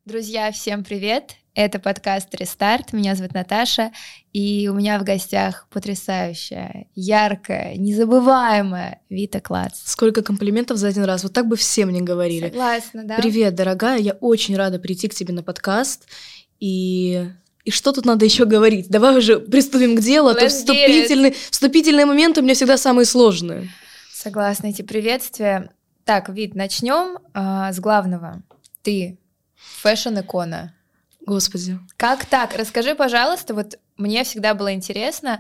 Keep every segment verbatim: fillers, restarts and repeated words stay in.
Друзья, всем привет! Это подкаст «Рестарт». Меня зовут Наташа, и у меня в гостях потрясающая, яркая, незабываемая Вита Клац. Сколько комплиментов за один раз. Вот так бы все мне говорили. Согласна, да? Привет, дорогая, я очень рада прийти к тебе на подкаст. И... И что тут надо еще говорить? Давай уже приступим к делу, а то вступительные, вступительные моменты у меня всегда самые сложные. Согласна, эти приветствия. Так, Вит, начнем а, с главного. Ты фэшн-икона. Господи. Как так? Расскажи, пожалуйста, вот мне всегда было интересно,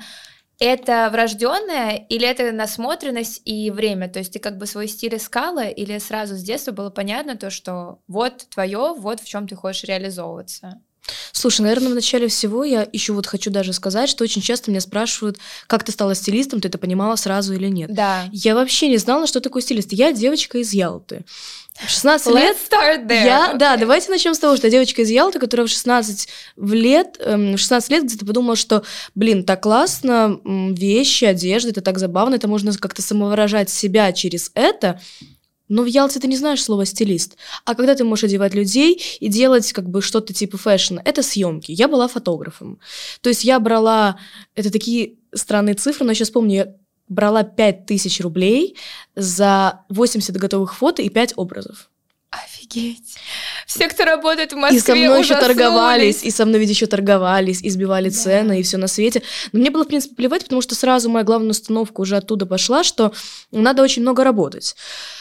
это врожденное или это насмотренность и время? То есть ты как бы свой стиль искала или сразу с детства было понятно то, что вот твое, вот в чем ты хочешь реализовываться? Слушай, наверное, в начале всего я еще вот хочу даже сказать, что очень часто меня спрашивают, как ты стала стилистом, ты это понимала сразу или нет? Да. Я вообще не знала, что такое стилист. Я девочка из Ялты. В шестнадцать Let's лет start there. я, Okay. да, давайте начнем с того, что я девочка из Ялты, которая в шестнадцать лет, эм, в шестнадцать лет где-то подумала, что, блин, так классно, вещи, одежда, это так забавно, это можно как-то самовыражать себя через это. Но в Ялте ты не знаешь слова «стилист». А когда ты можешь одевать людей и делать как бы что-то типа фэшна, это съемки. Я была фотографом. То есть я брала... Это такие странные цифры, но я сейчас помню, я брала пять тысяч рублей за восемьдесят готовых фото и пять образов. Офигеть. Все, кто работает в Москве, и со мной ужаснулись. еще торговались, и со мной ведь еще торговались, и сбивали Да. цены, и все на свете. Но мне было, в принципе, плевать, потому что сразу моя главная установка уже оттуда пошла, что надо очень много работать.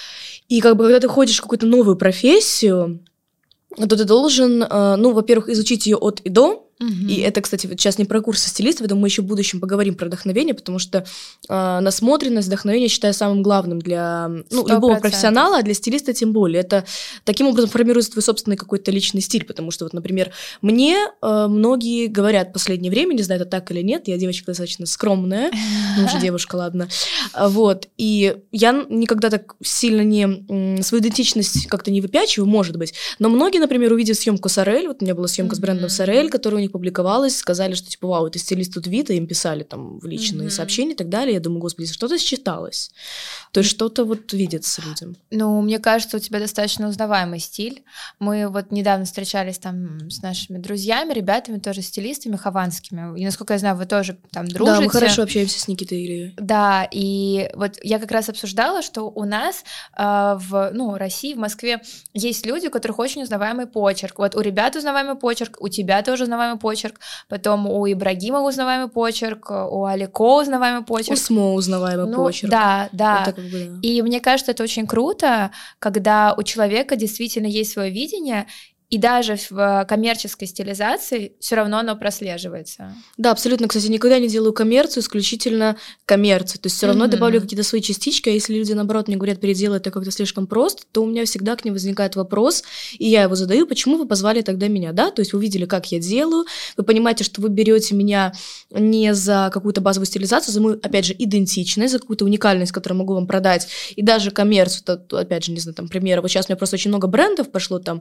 И как бы когда ты ходишь в какую-то новую профессию, то ты должен, ну, во-первых, изучить ее от и до. Mm-hmm. И это, кстати, сейчас не про курсы стилистов, я думаю, мы еще в будущем поговорим про вдохновение, потому что э, насмотренность, вдохновение, я считаю, самым главным для ну, сто процентов. Любого профессионала, а для стилиста тем более. Это таким образом формируется твой собственный какой-то личный стиль, потому что, вот, например, мне э, многие говорят в последнее время, не знаю, это так или нет, я девочка достаточно скромная, ну, уже девушка, ладно, вот, и я никогда так сильно не м, свою идентичность как-то не выпячиваю, может быть, но многие, например, увидев съемку Сорель, вот у меня была съемка mm-hmm. с брендом Сорель, которая у них публиковалась, сказали, что типа, вау, это стилист тут Вита, им писали там в личные mm-hmm. сообщения и так далее. Я думаю, господи, что-то считалось. То есть что-то вот видится людям. Ну, мне кажется, у тебя достаточно узнаваемый стиль. Мы вот недавно встречались там с нашими друзьями, ребятами, тоже стилистами хованскими. И, насколько я знаю, вы тоже там дружите. Да, мы хорошо общаемся с Никитой Ильей. Да, и вот я как раз обсуждала, что у нас э, в ну, России, в Москве есть люди, у которых очень узнаваемый почерк. Вот у ребят узнаваемый почерк, у тебя тоже узнаваемый почерк, потом у Ибрагима узнаваемый почерк, у Алико узнаваемый почерк. У СМО узнаваемый ну, почерк. Да, да. Это как бы, да. И мне кажется, это очень круто, когда у человека действительно есть свое видение, и даже в коммерческой стилизации все равно оно прослеживается. Да, абсолютно. Кстати, никогда не делаю коммерцию, исключительно коммерцию. То есть все равно mm-hmm. добавлю какие-то свои частички, а если люди, наоборот, мне говорят, переделай это как-то слишком просто, то у меня всегда к ним возникает вопрос, и я его задаю, почему вы позвали тогда меня, да? То есть вы видели, как я делаю, вы понимаете, что вы берете меня не за какую-то базовую стилизацию, за мою, опять же, идентичность, за какую-то уникальность, которую могу вам продать, и даже коммерцию, то, то, опять же, не знаю, там, примеры. Вот сейчас у меня просто очень много брендов пошло, там,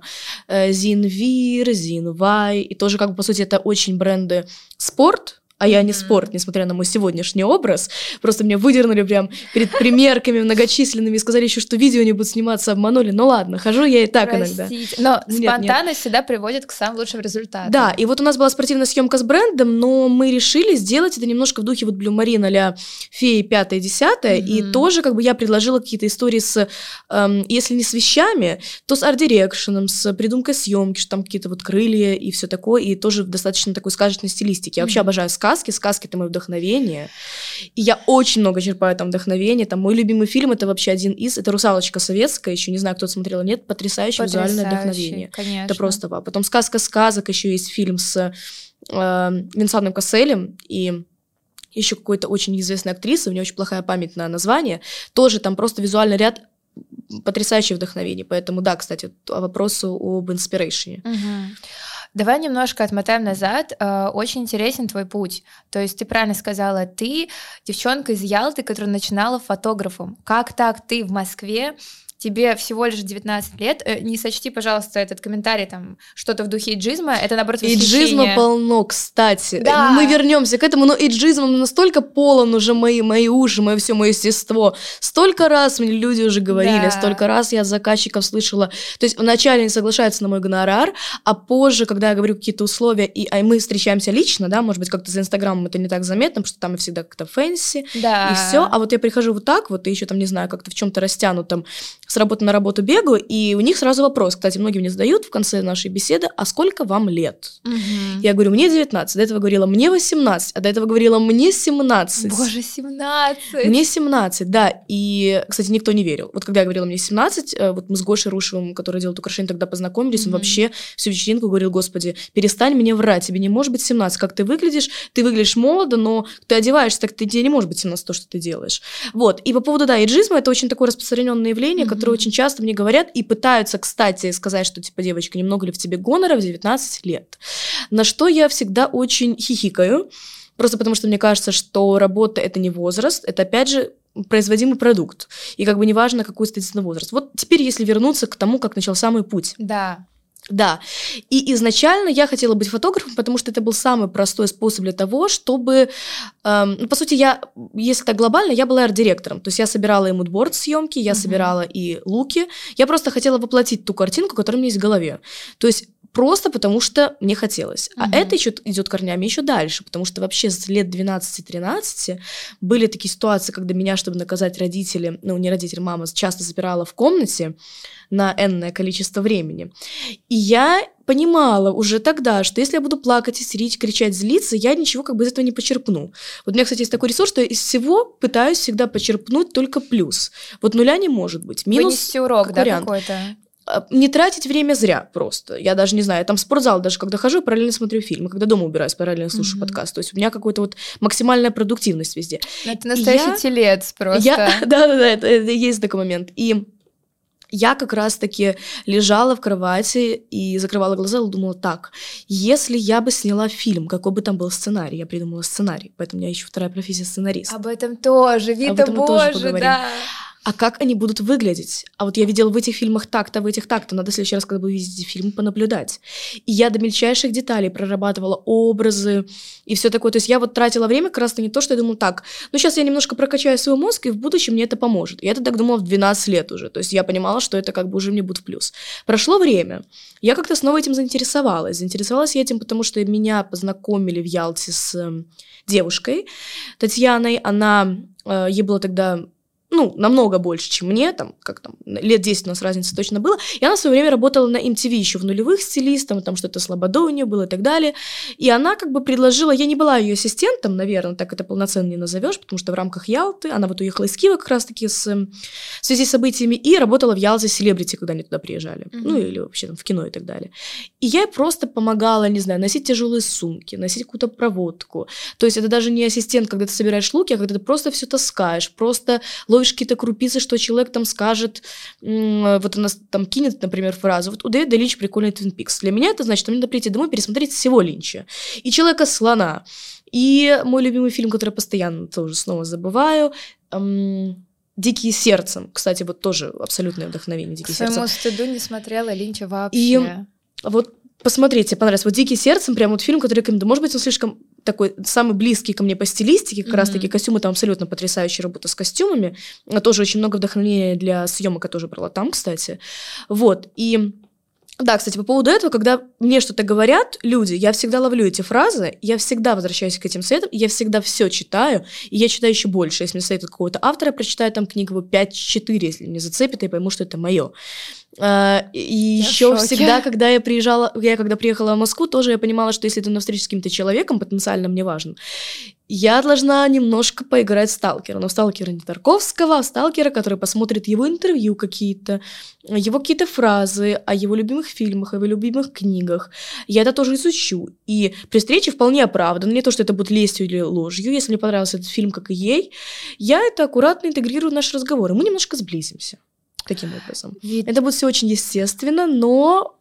Зинвир, Зинвай, и тоже, как бы, по сути, это очень бренды спорт, а я не спорт, несмотря на мой сегодняшний образ. Просто меня выдернули прям перед примерками многочисленными и сказали еще, что видео не будут сниматься, обманули. Ну ладно, хожу я и так Простите. иногда. Но нет, спонтанность нет. всегда приводит к самым лучшим результатам. Да, и вот у нас была спортивная съемка с брендом, но мы решили сделать это немножко в духе вот Blue Marine а-ля феи пятое, десятое, mm-hmm. и тоже как бы я предложила какие-то истории с, эм, если не с вещами, то с арт-дирекшеном, с придумкой съемки, что там какие-то вот крылья и все такое, и тоже в достаточно такой сказочной стилистике. Я mm-hmm. вообще обожаю сказки. Сказки, сказки — это мое вдохновение. И я очень много черпаю там вдохновения. Там мой любимый фильм — это вообще один из... Это «Русалочка» советская. Еще не знаю, кто смотрел, нет. Потрясающее визуальное вдохновение. Конечно. Это просто вау. Потом «Сказка сказок». Еще есть фильм с э, Венсаном Касселем и еще какой-то очень известной актрисы. У нее очень плохая память на название. Тоже там просто визуальный ряд потрясающее вдохновение. Поэтому да, кстати, по вопросу об инспирейшене. Угу. Давай немножко отмотаем назад. Очень интересен твой путь. То есть ты правильно сказала, ты девчонка из Ялты, которая начинала фотографом. Как так ты в Москве тебе всего лишь девятнадцать лет, не сочти, пожалуйста, этот комментарий, там, что-то в духе эйджизма, это, наоборот, восхищение. Эйджизма полно, кстати. Да. Мы вернемся к этому, но эйджизмом настолько полон уже мои, мои уши, мое все мое естество. Столько раз мне люди уже говорили, да. столько раз я от заказчиков слышала. То есть вначале они соглашаются на мой гонорар, а позже, когда я говорю какие-то условия, и а мы встречаемся лично, да, может быть, как-то за Инстаграмом это не так заметно, потому что там я всегда как-то фэнси, да. и все. А вот я прихожу вот так вот, и еще там, не знаю, как-то в чем-то растянутом, с работы на работу бегаю, и у них сразу вопрос, кстати, многие мне задают в конце нашей беседы, а сколько вам лет? Угу. Я говорю, мне девятнадцать, до этого говорила, мне восемнадцать, а до этого говорила, мне семнадцать. Боже, семнадцать! Мне семнадцать, да, и, кстати, никто не верил. Вот когда я говорила, мне семнадцать, вот мы с Гошей Рушевым, который делает украшения, тогда познакомились, mm-hmm. он вообще всю вечеринку говорил, господи, перестань мне врать, тебе не может быть семнадцать, как ты выглядишь, ты выглядишь молодо, но ты одеваешься, так ты, тебе не может быть семнадцать, то, что ты делаешь. Вот, и по поводу, да, эйджизма, это очень такое распространенное явление, mm-hmm. которое очень часто мне говорят и пытаются, кстати, сказать, что, типа, девочка, немного ли в тебе гонора в девятнадцать лет. На что я всегда очень хихикаю, просто потому что мне кажется, что работа — это не возраст, это, опять же, производимый продукт. И как бы неважно, какой статистический возраст. Вот теперь, если вернуться к тому, как начался мой путь. Да. Да, и изначально я хотела быть фотографом, потому что это был самый простой способ для того, чтобы, эм, ну, по сути, я, если так глобально, я была арт-директором, то есть я собирала и мудборд съемки, я mm-hmm. собирала и луки, я просто хотела воплотить ту картинку, которая у меня есть в голове, то есть просто потому что мне хотелось. А mm-hmm. это еще идет корнями еще дальше, потому что вообще с лет двенадцати-тринадцати были такие ситуации, когда меня, чтобы наказать родители, ну, не родители, мама часто запирала в комнате на энное количество времени. И я понимала уже тогда, что если я буду плакать, истерить, кричать, злиться, я ничего как бы из этого не почерпну. Вот у меня, кстати, есть такой ресурс, что я из всего пытаюсь всегда почерпнуть только плюс. Вот нуля не может быть. Минус вынести урок, как да, вариант. Какой-то? Не тратить время зря просто. Я даже не знаю, я там в спортзал даже когда хожу, параллельно смотрю фильмы, когда дома убираюсь, параллельно слушаю mm-hmm. подкаст. То есть у меня какая-то вот максимальная продуктивность везде. Это настоящий я... телец просто. Да-да-да, это, это есть такой момент. И я как раз-таки лежала в кровати и закрывала глаза и думала, так, если я бы сняла фильм, какой бы там был сценарий, я придумала сценарий, поэтому у меня еще вторая профессия сценарист. Об этом тоже, Вита, боже, да. А как они будут выглядеть? А вот я видела в этих фильмах так-то, в этих так-то. Надо в следующий раз, когда вы видите фильм, понаблюдать. И я до мельчайших деталей прорабатывала образы и все такое. То есть я вот тратила время как раз-то не то, что я думала, так, ну сейчас я немножко прокачаю свой мозг, и в будущем мне это поможет. Я это так думала в двенадцать лет уже. То есть я понимала, что это как бы уже мне будет в плюс. Прошло время. Я как-то снова этим заинтересовалась. Заинтересовалась я этим, потому что меня познакомили в Ялте с девушкой Татьяной. Она, ей было тогда... ну, намного больше, чем мне, там, как там, лет десять у нас разница точно было, и она в свое время работала на эм ти ви еще в нулевых стилистом, там что-то слободо у нее было и так далее, и она как бы предложила, я не была ее ассистентом, наверное, так это полноценно не назовешь, потому что в рамках Ялты, она вот уехала из Киева как раз-таки с, в связи с событиями, и работала в Ялте селебрити, когда они туда приезжали, mm-hmm. ну, или вообще там в кино и так далее. И я ей просто помогала, не знаю, носить тяжелые сумки, носить какую-то проводку, то есть это даже не ассистент, когда ты собираешь луки, а когда ты просто все таскаешь, просто ловишь какие-то крупицы, что человек там скажет, м- вот она там кинет, например, фразу, вот у Дэвида Линча прикольный Твин Пикс. Для меня это значит, что мне надо прийти домой и пересмотреть всего Линча. И Человека-слона. И мой любимый фильм, который я постоянно тоже снова забываю, эм, «Дикие сердцем». Кстати, вот тоже абсолютное вдохновение «Дикие сердцем». К своему стыду не смотрела Линча вообще. И вот посмотрите, понравилось. Вот «Дикий сердцем», прям вот фильм, который рекомендую. Может быть, он слишком такой, самый близкий ко мне по стилистике, как mm-hmm. раз-таки костюмы, там абсолютно потрясающая работа с костюмами. Тоже очень много вдохновения для съемок я тоже брала там, кстати. Вот, и... Да, кстати, по поводу этого, когда мне что-то говорят люди, я всегда ловлю эти фразы, я всегда возвращаюсь к этим советам, я всегда все читаю, и я читаю еще больше. Если мне советуют какого-то автора, я прочитаю там книгу пять-четыре, если мне зацепит, я пойму, что это мое. Uh, и я еще всегда, когда я приезжала, я когда приехала в Москву, тоже я понимала, что если ты на встрече с каким-то человеком, потенциально мне важен, я должна немножко поиграть в сталкера. Но в сталкера не Тарковского, а в сталкера, который посмотрит его интервью какие-то, его какие-то фразы о его любимых фильмах, о его любимых книгах. Я это тоже изучу. И при встрече вполне оправданно, не то, что это будет лестью или ложью. Если мне понравился этот фильм, как и ей, я это аккуратно интегрирую в наш разговор, и мы немножко сблизимся. Таким образом. Вид... Это будет все очень естественно, но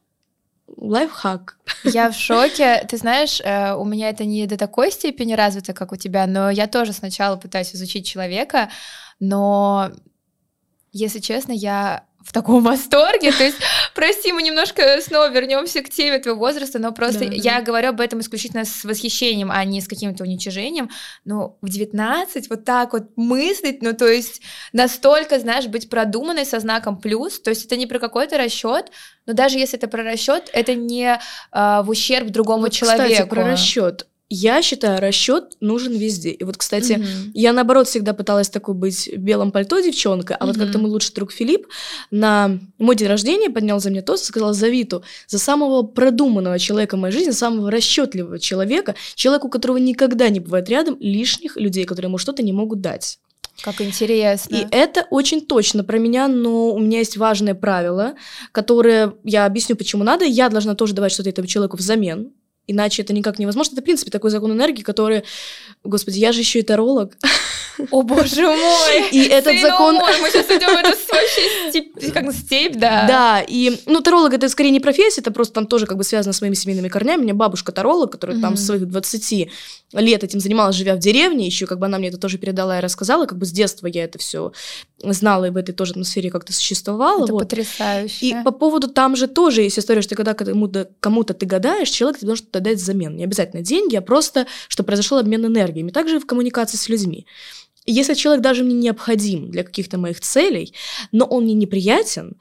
лайфхак. Я в шоке. Ты знаешь, у меня это не до такой степени развито, как у тебя, но я тоже сначала пытаюсь изучить человека, но, если честно, я в таком восторге. То есть, прости, мы немножко снова вернемся к теме твоего возраста, но просто да, я да. говорю об этом исключительно с восхищением, а не с каким-то уничижением. Но в девятнадцать вот так вот мыслить, ну то есть настолько, знаешь, быть продуманной со знаком плюс, то есть это не про какой-то расчет, но даже если это про расчет, это не а, в ущерб другому вот, человеку. Кстати, про расчет. Я считаю, расчет нужен везде. И вот, кстати, mm-hmm. я, наоборот, всегда пыталась такой быть в белом пальто девчонка, а mm-hmm. вот как-то мой лучший друг Филипп на мой день рождения поднял за меня тост и сказал: за Виту, за самого продуманного человека в моей жизни, самого расчетливого человека, человека, у которого никогда не бывает рядом лишних людей, которые ему что-то не могут дать. Как интересно. И это очень точно про меня, но у меня есть важное правило, которое я объясню, почему надо. Я должна тоже давать что-то этому человеку взамен. Иначе это никак невозможно. Это, в принципе, такой закон энергии, который... Господи, я же еще и таролог. О, боже мой! И этот закон... Мы сейчас идем в эту вообще степь, как степь, да. Да, и, ну, таролог — это скорее не профессия, это просто там тоже как бы связано с моими семейными корнями. У меня бабушка таролог, которая mm-hmm. там с своих двадцати лет этим занималась, живя в деревне, еще как бы она мне это тоже передала и рассказала, как бы с детства я это все знала и в этой тоже атмосфере как-то существовала. Это вот. Потрясающе. И по поводу там же тоже есть история, что когда кому-то, кому-то ты гадаешь, человек тебе должен дать взамен. Не обязательно деньги, а просто, что произошел обмен энергиями. Также в коммуникации с людьми. Если человек даже мне необходим для каких-то моих целей, но он мне неприятен,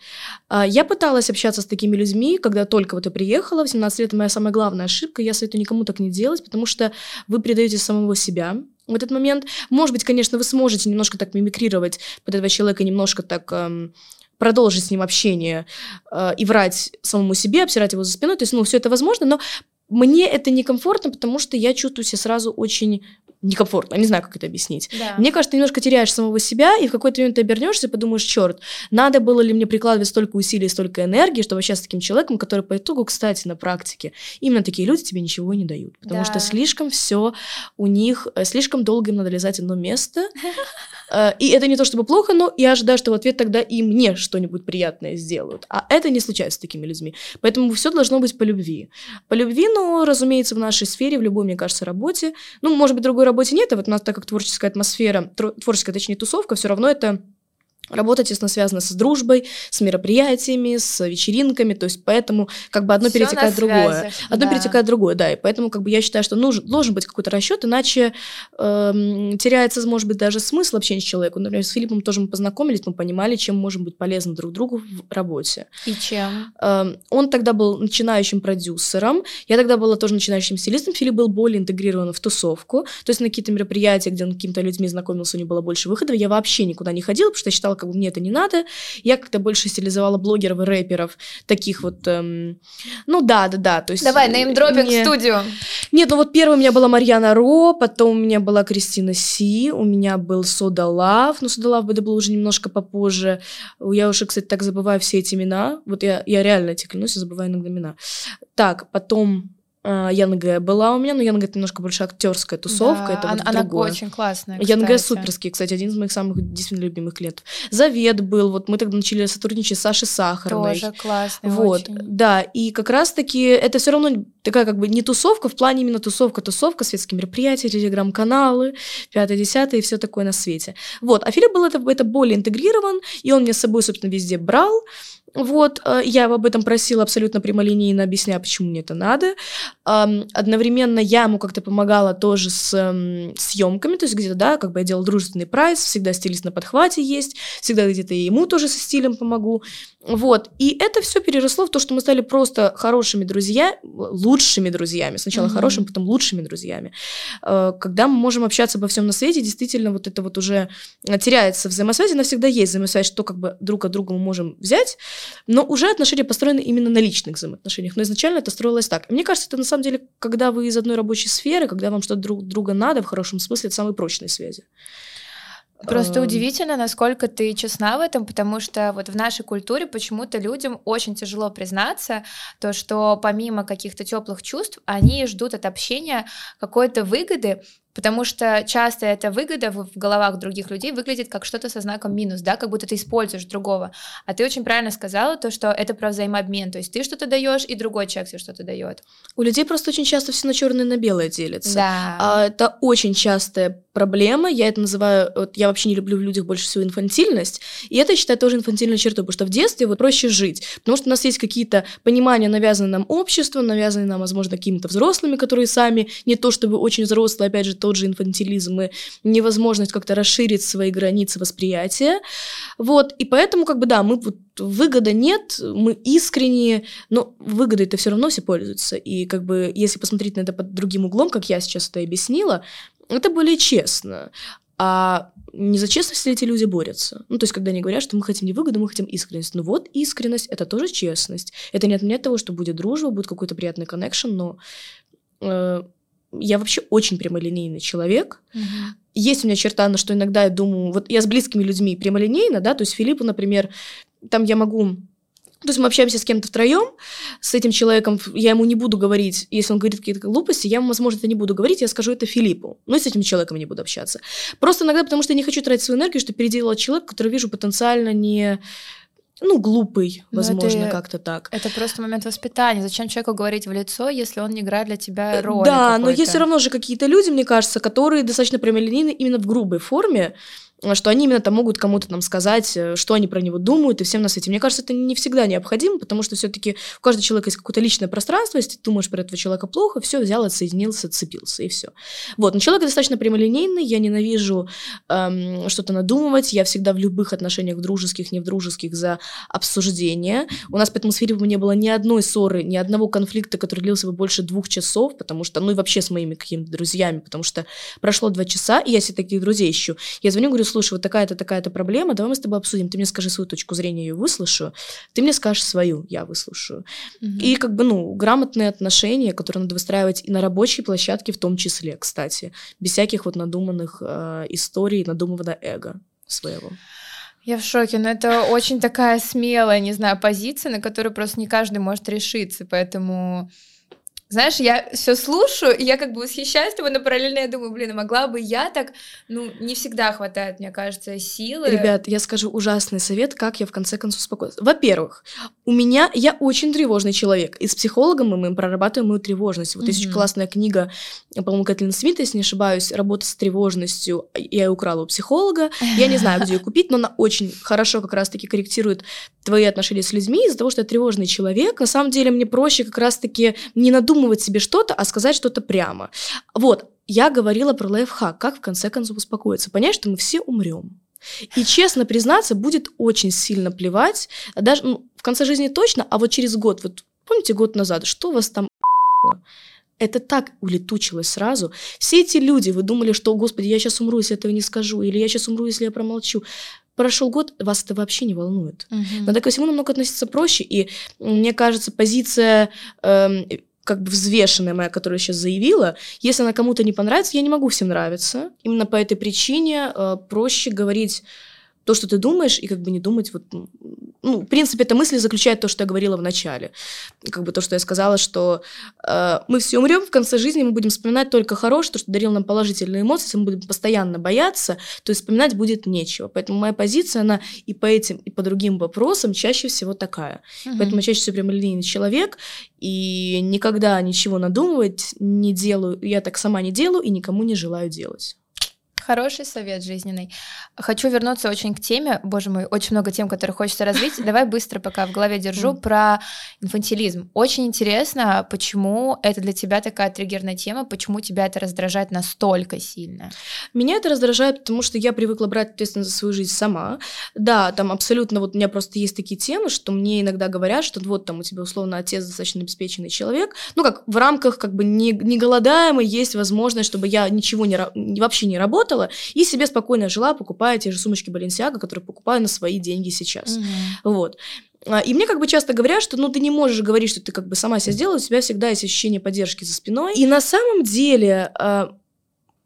я пыталась общаться с такими людьми, когда только вот я приехала, в семнадцать лет, моя самая главная ошибка, я советую никому так не делать, потому что вы предаете самого себя в этот момент. Может быть, конечно, вы сможете немножко так мимикрировать под этого человека, немножко так... Эм, продолжить с ним общение э, и врать самому себе, обсирать его за спиной, то есть, ну, все это возможно, но мне это некомфортно, потому что я чувствую себя сразу очень некомфортно, не знаю, как это объяснить. Да. Мне кажется, ты немножко теряешь самого себя, и в какой-то момент ты обернешься и подумаешь: черт, надо было ли мне прикладывать столько усилий, столько энергии, чтобы общаться с таким человеком, который по итогу, кстати, на практике, именно такие люди тебе ничего не дают, потому да. что слишком все у них, слишком долго им надо лизать одно место, и это не то чтобы плохо, но я ожидаю, что в ответ тогда и мне что-нибудь приятное сделают, а это не случается с такими людьми, поэтому все должно быть по любви. По любви, но, разумеется, в нашей сфере, в любой, мне кажется, работе, ну, может быть, другой работе нет, а вот у нас, так как творческая атмосфера, творческая, точнее, тусовка, все равно это работа тесно связана с дружбой, с мероприятиями, с вечеринками, то есть поэтому как бы одно всё перетекает в другое. Связях, одно да. перетекает в другое, да, и поэтому как бы я считаю, что нужен, должен быть какой-то расчет, иначе эм, теряется, может быть, даже смысл общения с человеком. Например, с Филиппом тоже мы познакомились, мы понимали, чем можем быть полезны друг другу в работе. И чем? Эм, он тогда был начинающим продюсером, я тогда была тоже начинающим стилистом, Филипп был более интегрирован в тусовку, то есть на какие-то мероприятия, где он с какими-то людьми знакомился, у него было больше выходов, я вообще никуда не ходила, потому что я считала, как бы мне это не надо. Я как-то больше стилизовала блогеров и рэперов, таких вот, эм, ну да, да, да. То есть, давай, неймдропинг в студию. Нет, ну вот первая у меня была Марьяна Ро, потом у меня была Кристина Си, у меня был Сода Лав, но Сода Лав это было уже немножко попозже. Я уже, кстати, так забываю все эти имена. Вот я, я реально тебе клянусь, я забываю иногда имена. Так, потом... Янгэ была у меня, но Янгэ это немножко больше актерская тусовка, да, это вот она другое. Очень классная, Янгэ суперский, кстати, один из моих самых действительно любимых клиентов. Завет был, вот мы тогда начали сотрудничать с Сашей Сахарной. Тоже классный, вот, очень. Да, и как раз-таки это все равно такая как бы не тусовка, в плане именно тусовка-тусовка, светские мероприятия, телеграм-каналы, пятое-десятое и все такое на свете. Вот, а Филипп был это, это более интегрирован, и он меня с собой, собственно, везде брал. Вот, я об этом просила абсолютно прямолинейно, объясняя, почему мне это надо. Одновременно я ему как-то помогала тоже с съемками, то есть где-то, да, как бы я делала дружественный прайс, всегда стилист на подхвате есть, всегда где-то и ему тоже со стилем помогу. Вот, и это все переросло в то, что мы стали просто хорошими друзьями, лучшими друзьями, сначала mm-hmm. хорошими, потом лучшими друзьями. Когда мы можем общаться обо всем на свете, действительно вот это вот уже теряется взаимосвязь, она всегда есть взаимосвязь, что как бы друг от друга мы можем взять, но уже отношения построены именно на личных взаимоотношениях, но изначально это строилось так. И мне кажется, это на самом деле, когда вы из одной рабочей сферы, когда вам что-то друг друга надо, в хорошем смысле, это самые прочные связи. Просто uh... удивительно, насколько ты честна в этом, потому что вот в нашей культуре почему-то людям очень тяжело признаться, то, что помимо каких-то теплых чувств, они ждут от общения какой-то выгоды, Потому что часто эта выгода в, в головах других людей выглядит как что-то со знаком минус, да, как будто ты используешь другого. А ты очень правильно сказала то, что это про взаимообмен, то есть ты что-то даешь, и другой человек тебе что-то дает. У людей просто очень часто все на черное и на белое делится. Да. А, это очень частая проблема, я это называю, вот, я вообще не люблю в людях больше всего инфантильность, и это, я считаю, тоже инфантильной чертой, потому что в детстве вот проще жить, потому что у нас есть какие-то понимания, навязанные нам обществом, навязанные нам, возможно, какими-то взрослыми, которые сами не то чтобы очень взрослые, опять же, тот же инфантилизм и невозможность как-то расширить свои границы восприятия, вот, и поэтому, как бы, да, мы вот выгода нет, мы искренние, но выгодой-то все равно все пользуются, и как бы, если посмотреть на это под другим углом, как я сейчас это объяснила, это более честно. А не за честность ли эти люди борются? Ну, то есть, когда они говорят, что мы хотим не выгоду, мы хотим искренность. Ну вот, искренность — это тоже честность. Это не отменяет того, что будет дружба, будет какой-то приятный коннекшн, но э, я вообще очень прямолинейный человек. Mm-hmm. Есть у меня черта, на что иногда я думаю... Вот я с близкими людьми прямолинейна, да, то есть Филиппу, например, там я могу... То есть мы общаемся с кем-то втроем, с этим человеком, я ему не буду говорить, если он говорит какие-то глупости, я ему, возможно, это не буду говорить, я скажу это Филиппу. Но и с этим человеком не буду общаться. Просто иногда, потому что я не хочу тратить свою энергию, что переделала человека, который вижу потенциально не... Ну, глупый, возможно, это, как-то так. Это просто момент воспитания. Зачем человеку говорить в лицо, если он не играет для тебя роль? Да, какой-то? Но есть все равно же какие-то люди, мне кажется, которые достаточно прямолинейны именно в грубой форме, что они именно там могут кому-то там сказать, что они про него думают, и всем на свете. Мне кажется, это не всегда необходимо, потому что все-таки у каждого человека есть какое-то личное пространство, если ты думаешь про этого человека плохо, все, взял, отсоединился, отцепился, и все. Вот, но человек достаточно прямолинейный, я ненавижу эм, что-то надумывать, я всегда в любых отношениях, в дружеских, не в дружеских, за обсуждение. У нас поэтому с Филиппом не было ни одной ссоры, ни одного конфликта, который длился бы больше двух часов, потому что, ну и вообще с моими какими-то друзьями, потому что прошло два часа, и я себе таких друзей ищу. Я звоню, говорю, слушай, вот такая-то, такая-то проблема, давай мы с тобой обсудим, ты мне скажи свою точку зрения, я ее выслушаю, ты мне скажешь свою, я выслушаю. Mm-hmm. И как бы, ну, грамотные отношения, которые надо выстраивать и на рабочей площадке в том числе, кстати, без всяких вот надуманных э, историй, надуманного эго своего. Я в шоке, но это очень такая смелая, не знаю, позиция, на которую просто не каждый может решиться, поэтому... Знаешь, я все слушаю, и я как бы восхищаюсь тобой, но параллельно я думаю, блин, могла бы я так, ну, не всегда хватает, мне кажется, силы. Ребят, я скажу ужасный совет, как я в конце концов успокоилась. Во-первых, у меня, я очень тревожный человек, и с психологом мы, мы прорабатываем мою тревожность. Вот mm-hmm. есть очень классная книга, по-моему, Кэтлин Смит, если не ошибаюсь, «Работа с тревожностью», я ее украла у психолога, я не знаю, где ее купить, но она очень хорошо как раз-таки корректирует твои отношения с людьми, из-за того, что я тревожный человек, на самом деле мне проще как раз-таки не надумывать себе что-то, а сказать что-то прямо. Вот, я говорила про лайфхак, как в конце концов успокоиться, понять, что мы все умрем. И честно признаться, будет очень сильно плевать, даже ну, в конце жизни точно, а вот через год, вот помните год назад, что у вас там это так улетучилось сразу. Все эти люди, вы думали, что, господи, я сейчас умру, если этого не скажу, или я сейчас умру, если я промолчу. Прошел год, вас это вообще не волнует. Uh-huh. Надо ко всему намного относиться проще, и мне кажется, позиция... Эм, как бы взвешенная моя, которую я сейчас заявила, если она кому-то не понравится, я не могу всем нравиться. Именно по этой причине э, проще говорить то, что ты думаешь, и как бы не думать вот... Ну, в принципе, эта мысль заключает то, что я говорила в начале. Как бы то, что я сказала, что э, мы все умрем, в конце жизни мы будем вспоминать только хорошее, то, что дарил нам положительные эмоции, если мы будем постоянно бояться, то есть вспоминать будет нечего. Поэтому моя позиция, она и по этим, и по другим вопросам чаще всего такая. Угу. Поэтому я чаще всего прямолинейный человек, и никогда ничего надумывать не делаю, я так сама не делаю и никому не желаю делать. Хороший совет жизненный. Хочу вернуться очень к теме. Боже мой, очень много тем, которые хочется развить. Давай быстро, пока в голове держу, mm. про инфантилизм. Очень интересно, почему это для тебя такая триггерная тема, почему тебя это раздражает настолько сильно? Меня это раздражает, потому что я привыкла брать ответственность за свою жизнь сама. Да, там абсолютно, вот у меня просто есть такие темы, что мне иногда говорят, что вот там у тебя условно отец достаточно обеспеченный человек. Ну как, в рамках как бы не, не голодаемой есть возможность, чтобы я ничего не, вообще не работала, и себе спокойно жила, покупая те же сумочки Balenciaga, которые покупаю на свои деньги сейчас. Mm-hmm. Вот. И мне как бы часто говорят, что ну ты не можешь говорить, что ты как бы сама себя сделала, у тебя всегда есть ощущение поддержки за спиной. И на самом деле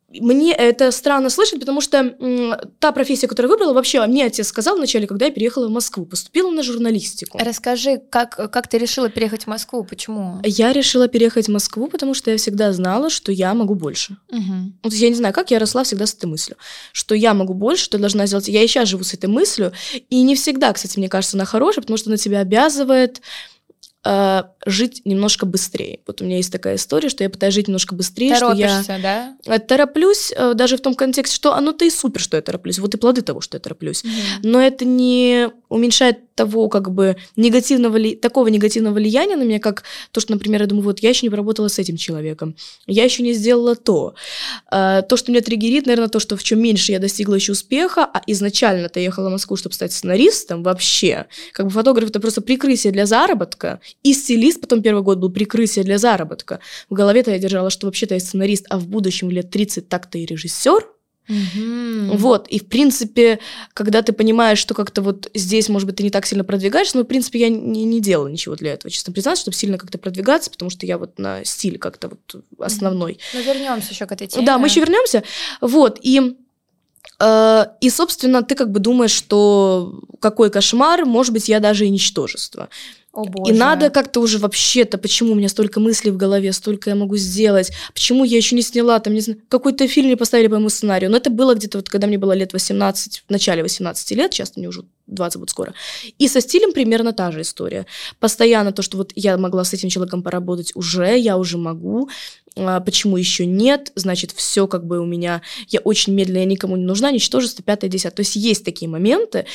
Мне это странно слышать, потому что м, та профессия, которую я выбрала, вообще мне отец сказал вначале, когда я переехала в Москву, поступила на журналистику. Расскажи, как, как ты решила переехать в Москву, почему? Я решила переехать в Москву, потому что я всегда знала, что я могу больше. Угу. Вот я не знаю, как я росла всегда с этой мыслью, что я могу больше, что я должна сделать. Я и сейчас живу с этой мыслью, и не всегда, кстати, мне кажется, она хорошая, потому что она тебя обязывает э, жить немножко быстрее. Вот у меня есть такая история, что я пытаюсь жить немножко быстрее. Торопишься, что я да? Тороплюсь, э, даже в том контексте, что оно-то и супер, что я тороплюсь. Вот и плоды того, что я тороплюсь. Угу. Но это не уменьшает того, как бы, негативного, ли, такого негативного влияния на меня, как то, что, например, я думаю, вот я еще не поработала с этим человеком, я еще не сделала то. А, то, что меня триггерит, наверное, то, что в чем меньше я достигла еще успеха, а изначально-то я ехала в Москву, чтобы стать сценаристом, вообще. Как бы фотограф — это просто прикрытие для заработка, и стилист потом первый год был прикрытие для заработка. В голове-то я держала, что вообще-то я сценарист, а в будущем в лет тридцать так-то и режиссер. Угу. Вот, и в принципе, когда ты понимаешь, что как-то вот здесь, может быть, ты не так сильно продвигаешься, но в принципе я не, не делала ничего для этого, честно признаться, чтобы сильно как-то продвигаться, потому что я вот на стиле как-то вот основной. Ну, вернемся еще к этой теме. Да, мы еще вернемся. Вот, и, э, и, собственно, ты как бы думаешь, что какой кошмар, может быть, я даже и ничтожество. О, боже. И надо как-то уже вообще-то, почему у меня столько мыслей в голове, столько я могу сделать, почему я еще не сняла, там, не знаю, какой-то фильм не поставили по моему сценарию. Но это было где-то вот, когда мне было лет восемнадцать, в начале восемнадцати лет, сейчас мне уже двадцать будет скоро. И со стилем примерно та же история. Постоянно то, что вот я могла с этим человеком поработать уже, я уже могу, а почему еще нет, значит, все как бы у меня, я очень медленно, я никому не нужна, ничтожество, пятое, десятое. То есть есть такие моменты.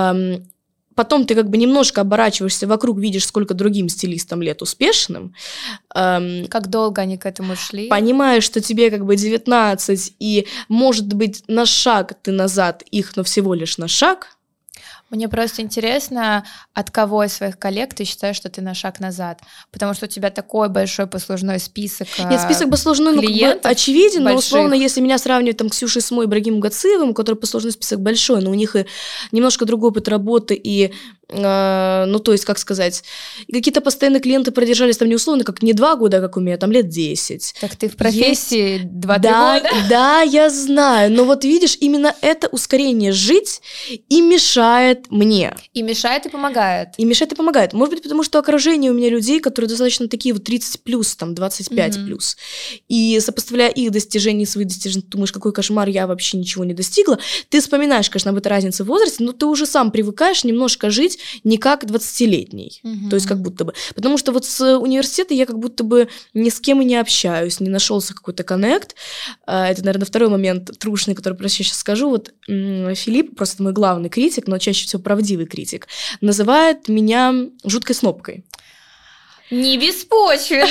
Потом ты как бы немножко оборачиваешься вокруг, видишь, сколько другим стилистам лет успешным. Эм, как долго они к этому шли. Понимаешь, что тебе как бы девятнадцать, и, может быть, на шаг ты назад их, но всего лишь на шаг. Мне просто интересно, от кого из своих коллег ты считаешь, что ты на шаг назад? Потому что у тебя такой большой послужной список клиентов. Нет, список послужной, ну, как бы очевиден, больших. Но условно, если меня сравнивать там, с Ксюшей Смой и Ибрагимом Гациевым, у которых послужной список большой, но у них и немножко другой опыт работы, и, э, ну, то есть, как сказать, какие-то постоянные клиенты продержались там не условно, как не два года, как у меня, там лет десять. Так ты в профессии два-три да, года? Да, я знаю, но вот видишь, именно это ускорение жить и мешает мне. И мешает, и помогает. И мешает, и помогает. Может быть, потому что окружение у меня людей, которые достаточно такие вот тридцать плюс, там, двадцать пять mm-hmm. плюс. И сопоставляя их достижения и свои достижения, ты думаешь, какой кошмар, я вообще ничего не достигла. Ты вспоминаешь, конечно, об этой разнице в возрасте, но ты уже сам привыкаешь немножко жить не как двадцатилетний. Mm-hmm. То есть как будто бы. Потому что вот с университета я как будто бы ни с кем и не общаюсь, не нашелся какой-то коннект. Это, наверное, второй момент трушный, который просто сейчас скажу. Вот Филипп, просто мой главный критик, но чаще всего правдивый критик, называет меня жуткой снобкой. Не беспочвенно.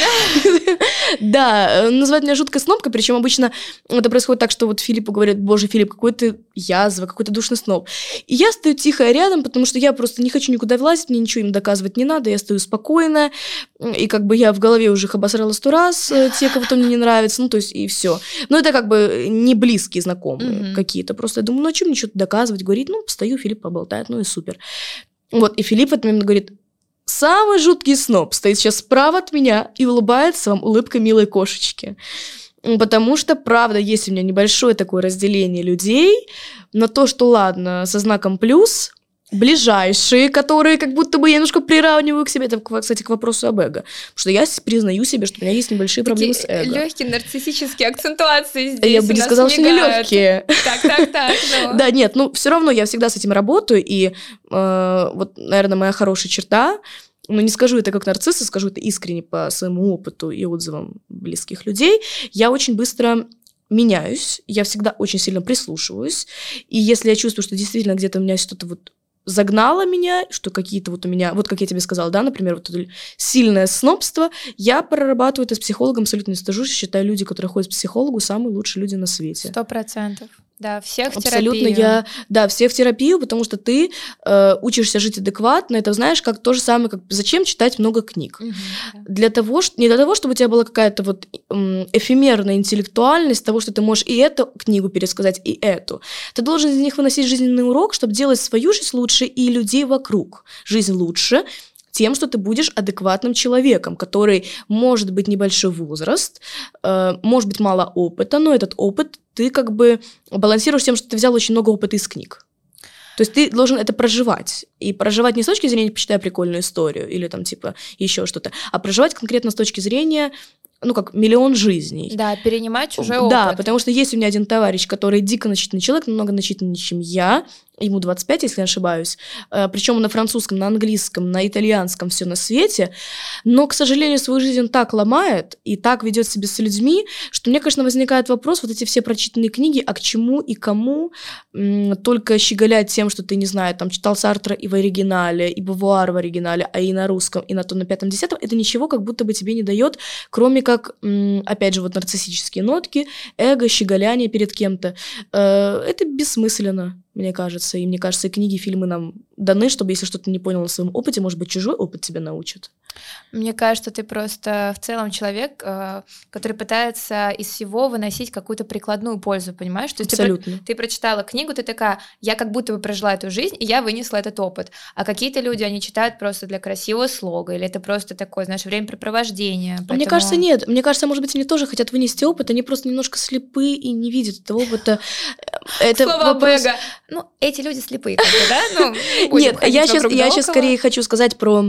Да, называют меня жуткой снобкой, причем обычно это происходит так, что вот Филиппу говорят: боже, Филипп, какой ты язва, какой ты душный сноб. И я стою тихо рядом, потому что я просто не хочу никуда влазить, мне ничего им доказывать не надо, я стою спокойно, и как бы я в голове уже их обосрала сто раз, те, кого-то мне не нравится, ну то есть и все. Но это как бы не близкие знакомые mm-hmm. какие-то, просто я думаю, ну а что мне что-то доказывать, говорить, ну постою, Филипп поболтает, ну и супер. Вот, и Филипп в этот момент говорит: самый жуткий сноб стоит сейчас справа от меня и улыбается вам улыбкой милой кошечки. Потому что, правда, есть у меня небольшое такое разделение людей на то, что, ладно, со знаком плюс, ближайшие, которые как будто бы я немножко приравниваю к себе. Это, кстати, к вопросу об эго. Потому что я признаю себе, что у меня есть небольшие проблемы с эго. Легкие нарциссические акцентуации здесь. Я бы не сказала, что не легкие. Так, так, так. Да, нет, ну все равно я всегда с этим работаю, и вот, наверное, моя хорошая черта, ну, не скажу это как нарцисс, а скажу это искренне по своему опыту и отзывам близких людей, я очень быстро меняюсь, я всегда очень сильно прислушиваюсь, и если я чувствую, что действительно где-то у меня что-то вот загнало меня, что какие-то вот у меня, вот как я тебе сказала, да, например, вот это сильное снобство, я прорабатываю это с психологом, абсолютно не стыжусь, считаю, люди, которые ходят к психологу, самые лучшие люди на свете. Сто процентов. Да, всех в Абсолютно терапию. Я, да, всех в терапию, потому что ты э, учишься жить адекватно, это знаешь, как то же самое, как зачем читать много книг. Угу, да. Для того, что, не для того, чтобы у тебя была какая-то вот эфемерная интеллектуальность того, что ты можешь и эту книгу пересказать, и эту. Ты должен из них выносить жизненный урок, чтобы делать свою жизнь лучше и людей вокруг. Жизнь лучше, тем, что ты будешь адекватным человеком, который может быть небольшой возраст, э, может быть мало опыта, но этот опыт ты как бы балансируешь тем, что ты взял очень много опыта из книг. То есть ты должен это проживать. И проживать не с точки зрения «почитай прикольную историю» или там типа еще что-то, а проживать конкретно с точки зрения, ну, как миллион жизней. Да, перенимать чужой опыт. Да, потому что есть у меня один товарищ, который дико начитанный человек, намного начитаннее, чем я, ему двадцать пять, если не ошибаюсь, причем на французском, на английском, на итальянском, все на свете, но, к сожалению, свою жизнь он так ломает и так ведет себя с людьми, что мне, конечно, возникает вопрос, вот эти все прочитанные книги, а к чему и кому м- только щеголять тем, что ты, не знаю, там, читал Сартра и в оригинале, и Бувуар в оригинале, а и на русском, и на то, на пятом, десятом, это ничего как будто бы тебе не дает, кроме как, м- опять же, вот нарциссические нотки, эго, щеголяние перед кем-то. Э- это бессмысленно, мне кажется. И мне кажется, и книги, фильмы нам даны, чтобы, если что-то не понял на своем опыте, может быть, чужой опыт тебя научит. Мне кажется, ты просто в целом человек, который пытается из всего выносить какую-то прикладную пользу, понимаешь? То есть абсолютно. Ты, ты прочитала книгу, ты такая, я как будто бы прожила эту жизнь, и я вынесла этот опыт. А какие-то люди, они читают просто для красивого слога, или это просто такое, знаешь, времяпрепровождение. Поэтому... Мне кажется, нет. Мне кажется, может быть, они тоже хотят вынести опыт, они просто немножко слепы и не видят этого опыта. Это Слово вопрос... Бэга. Ну, эти люди слепые, как бы, да? Ну, не будем нет, я сейчас, вокруг я да сейчас около. скорее хочу сказать про...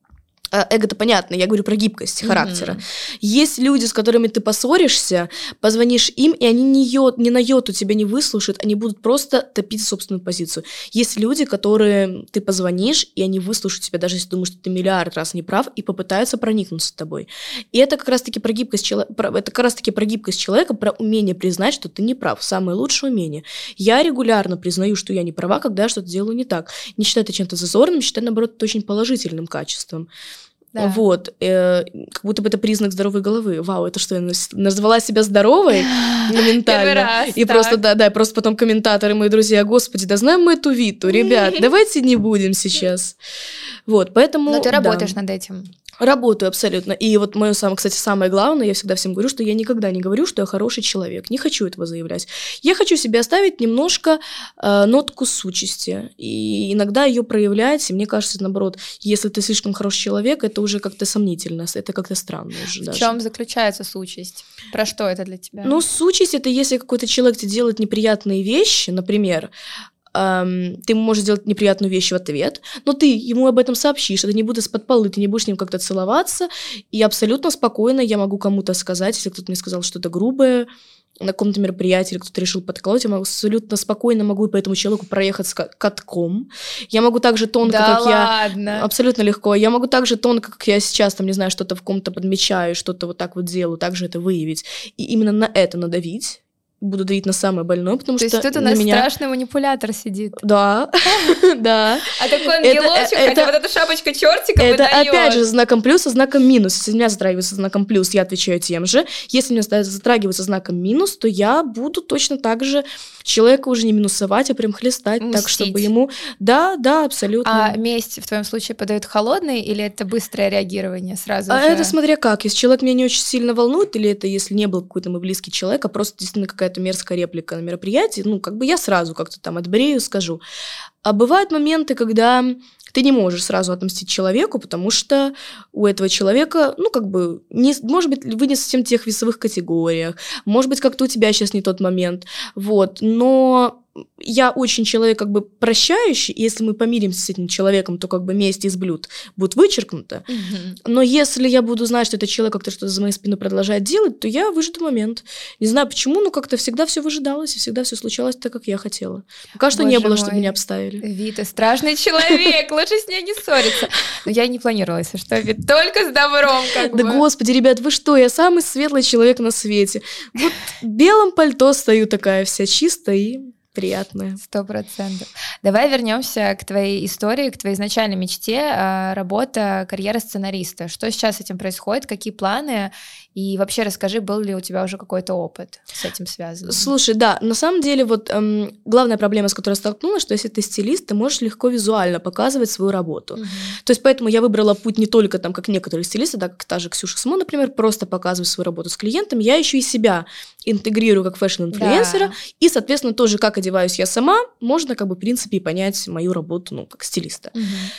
Эго-то понятно, я говорю про гибкость характера. Mm-hmm. Есть люди, с которыми ты поссоришься, позвонишь им, и они ни, йод, ни на йоту тебя не выслушают, они будут просто топить собственную позицию. Есть люди, которые ты позвонишь, и они выслушают тебя, даже если думают, что ты миллиард раз не прав, и попытаются проникнуться с тобой. И это как раз-таки про гибкость человека, это как раз-таки про гибкость человека, про умение признать, что ты не прав. Самое лучшее умение. Я регулярно признаю, что я не права, когда я что-то делаю не так. Не считаю это чем-то зазорным, считаю, наоборот, это очень положительным качеством. Да. Вот, э, как будто бы это признак здоровой головы. Вау, это что, я назвала себя здоровой моментально? Раз, и так. просто, да, да, просто потом комментаторы, мои друзья, господи, да знаем мы эту Виту, ребят, давайте не будем сейчас. Вот, поэтому... Но ты да. работаешь над этим. Работаю абсолютно. И вот мое самое, кстати, самое главное, я всегда всем говорю, что я никогда не говорю, что я хороший человек. Не хочу этого заявлять. Я хочу себе оставить немножко э, нотку сучести. И иногда ее проявлять. И мне кажется, наоборот, если ты слишком хороший человек, это уже как-то сомнительно. Это как-то странно уже В даже. чем заключается сучесть? Про что это для тебя? Ну, сучесть — это если какой-то человек тебе делает неприятные вещи, например... Um, ты можешь сделать неприятную вещь в ответ, но ты ему об этом сообщишь, это не будет из-под полы, ты не будешь с ним как-то целоваться, и абсолютно спокойно я могу кому-то сказать, если кто-то мне сказал что-то грубое на каком-то мероприятии, или кто-то решил подколоть, я могу абсолютно спокойно могу по этому человеку проехать с катком. Я могу также тонко, да как ладно. я... Абсолютно легко. Я могу также тонко, как я сейчас, там, не знаю, что-то в ком-то подмечаю, что-то вот так вот делаю, также это выявить. И именно на это надавить. Буду давить на самое больное, потому То что есть тут у на нас меня... страшный манипулятор сидит. Да, да. А такой ангелочек, хотя вот эта шапочка чертика это выдает. опять же знаком плюс и знаком минус. Если меня затрагивается знаком плюс, я отвечаю тем же. Если меня затрагивается знаком минус, то я буду точно так же человека уже не минусовать, а прям хлестать, Мстить. так, чтобы ему... Да, да, абсолютно. А месть в твоем случае подают холодный или это быстрое реагирование сразу а же? Это смотря как. Если человек меня не очень сильно волнует, или это если не был какой-то мой близкий человек, а просто действительно какая-то мерзкая реплика на мероприятии, ну, как бы я сразу как-то там отбрею, скажу. А бывают моменты, когда ты не можешь сразу отомстить человеку, потому что у этого человека, ну, как бы, не, может быть, вы не совсем в тех весовых категориях, может быть, как-то у тебя сейчас не тот момент, вот, но... Я очень человек как бы прощающий, и если мы помиримся с этим человеком, то как бы месть из блюд будет вычеркнута. Mm-hmm. Но если я буду знать, что этот человек как-то что-то за моей спиной продолжает делать, то я выжду момент. Не знаю почему, но как-то всегда все выжидалось, и всегда все случалось так, как я хотела. Пока что Боже не было, мой. чтобы меня обставили. Вита, страшный человек, лучше с ней не ссориться. Но я не планировала, если что, Вит, только с добром как да бы. Господи, ребят, вы что, я самый светлый человек на свете. Вот в белом пальто стою такая вся чистая и... приятное. Сто процентов. Давай вернемся к твоей истории, к твоей изначальной мечте, работа, карьера сценариста. Что сейчас с этим происходит, какие планы? И вообще расскажи, был ли у тебя уже какой-то опыт с этим связан? Слушай, да, на самом деле вот эм, главная проблема, с которой я столкнулась, что если ты стилист, ты можешь легко визуально показывать свою работу. Угу. То есть поэтому я выбрала путь не только там, как некоторые стилисты, да, как та же Ксюша Смо, например, просто показывать свою работу с клиентами, я еще и себя интегрирую как фэшн-инфлюенсера, да. И, соответственно, тоже как одеваюсь я сама, можно как бы в принципе и понять мою работу, ну, как стилиста. Угу.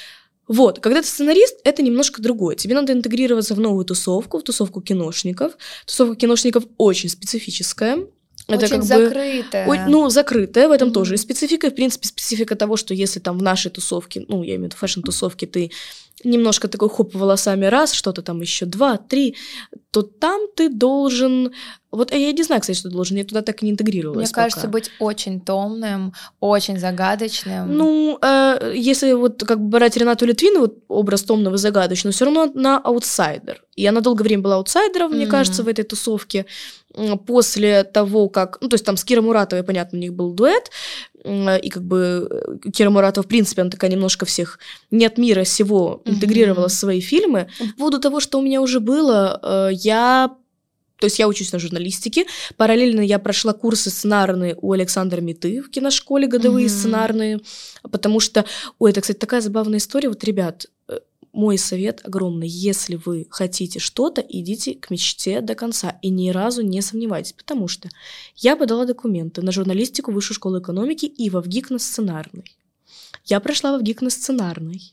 Вот, когда ты сценарист, это немножко другое. Тебе надо интегрироваться в новую тусовку, в тусовку киношников. Тусовка киношников очень специфическая. Это очень как закрытая. Бы, ну, закрытая, в этом mm-hmm. тоже. И специфика, в принципе, специфика того, что если там в нашей тусовке, ну, я имею в виду фэшн-тусовке, ты немножко такой хоп волосами раз, что-то там еще два, три, то там ты должен... Вот я не знаю, кстати, что ты должен, я туда так и не интегрировалась. Мне кажется, пока. Быть очень томным, очень загадочным. Ну, э, если вот как бы брать Ренату Литвину, вот образ томного и загадочного, все равно она аутсайдер. И она долгое время была аутсайдером, mm-hmm. мне кажется, в этой тусовке. После того, как... Ну, то есть там с Кирой Муратовой, понятно, у них был дуэт, и как бы Кира Муратова, в принципе, она такая немножко всех не от мира сего интегрировала mm-hmm. в свои фильмы. По поводу того, что у меня уже было, я... То есть я учусь на журналистике. Параллельно я прошла курсы сценарные у Александра Миты в киношколе, годовые mm-hmm. сценарные, потому что... Ой, это, кстати, такая забавная история. Вот, ребят, мой совет огромный. Если вы хотите что-то, идите к мечте до конца и ни разу не сомневайтесь, потому что я подала документы на журналистику в Высшую школу экономики и во ВГИК на сценарный. Я прошла во ВГИК на сценарный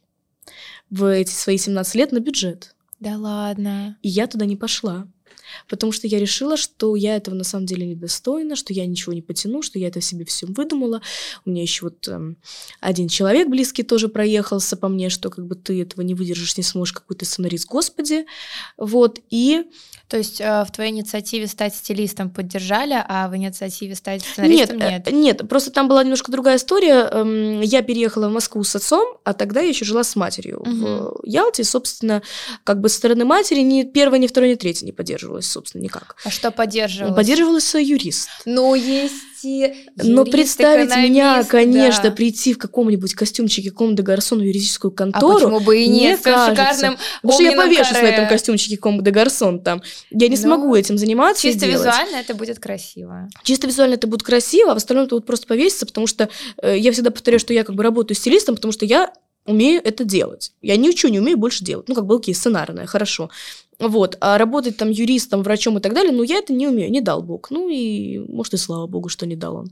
в эти свои семнадцать лет на бюджет. Да ладно. И я туда не пошла. Потому что я решила, что я этого на самом деле недостойна, что я ничего не потяну, что я это в себе всем выдумала. У меня еще вот эм, один человек близкий тоже проехался по мне, что как бы ты этого не выдержишь, не сможешь, какой ты сценарист, господи. Вот, и... То есть э, в твоей инициативе стать стилистом поддержали, а в инициативе стать сценаристом нет? Нет, нет, просто там была немножко другая история. Эм, я переехала в Москву с отцом, а тогда я еще жила с матерью угу. в Ялте. И, собственно, как бы со стороны матери ни первая, ни вторая, ни третья не поддерживалась, собственно, никак. А что поддерживалось? Поддерживался юрист. Ну, есть и Но юрист, представить меня, конечно, да. прийти в каком-нибудь костюмчике Ком де Гарсон в юридическую контору... А почему бы и нет? С шикарным Потому что я повешусь каре. На этом костюмчике Ком де Гарсон там. Я не ну, смогу этим заниматься. Чисто и визуально это будет красиво. Чисто визуально это будет красиво, а в остальном это будет просто повеситься, потому что э, я всегда повторяю, что я как бы работаю стилистом, потому что я умею это делать. Я ничего не умею больше делать. Ну, как бы, окей, сценарное, хорошо. Вот, а работать там юристом, врачом и так далее, ну, я это не умею, не дал Бог. Ну, и, может, и слава Богу, что не дал он.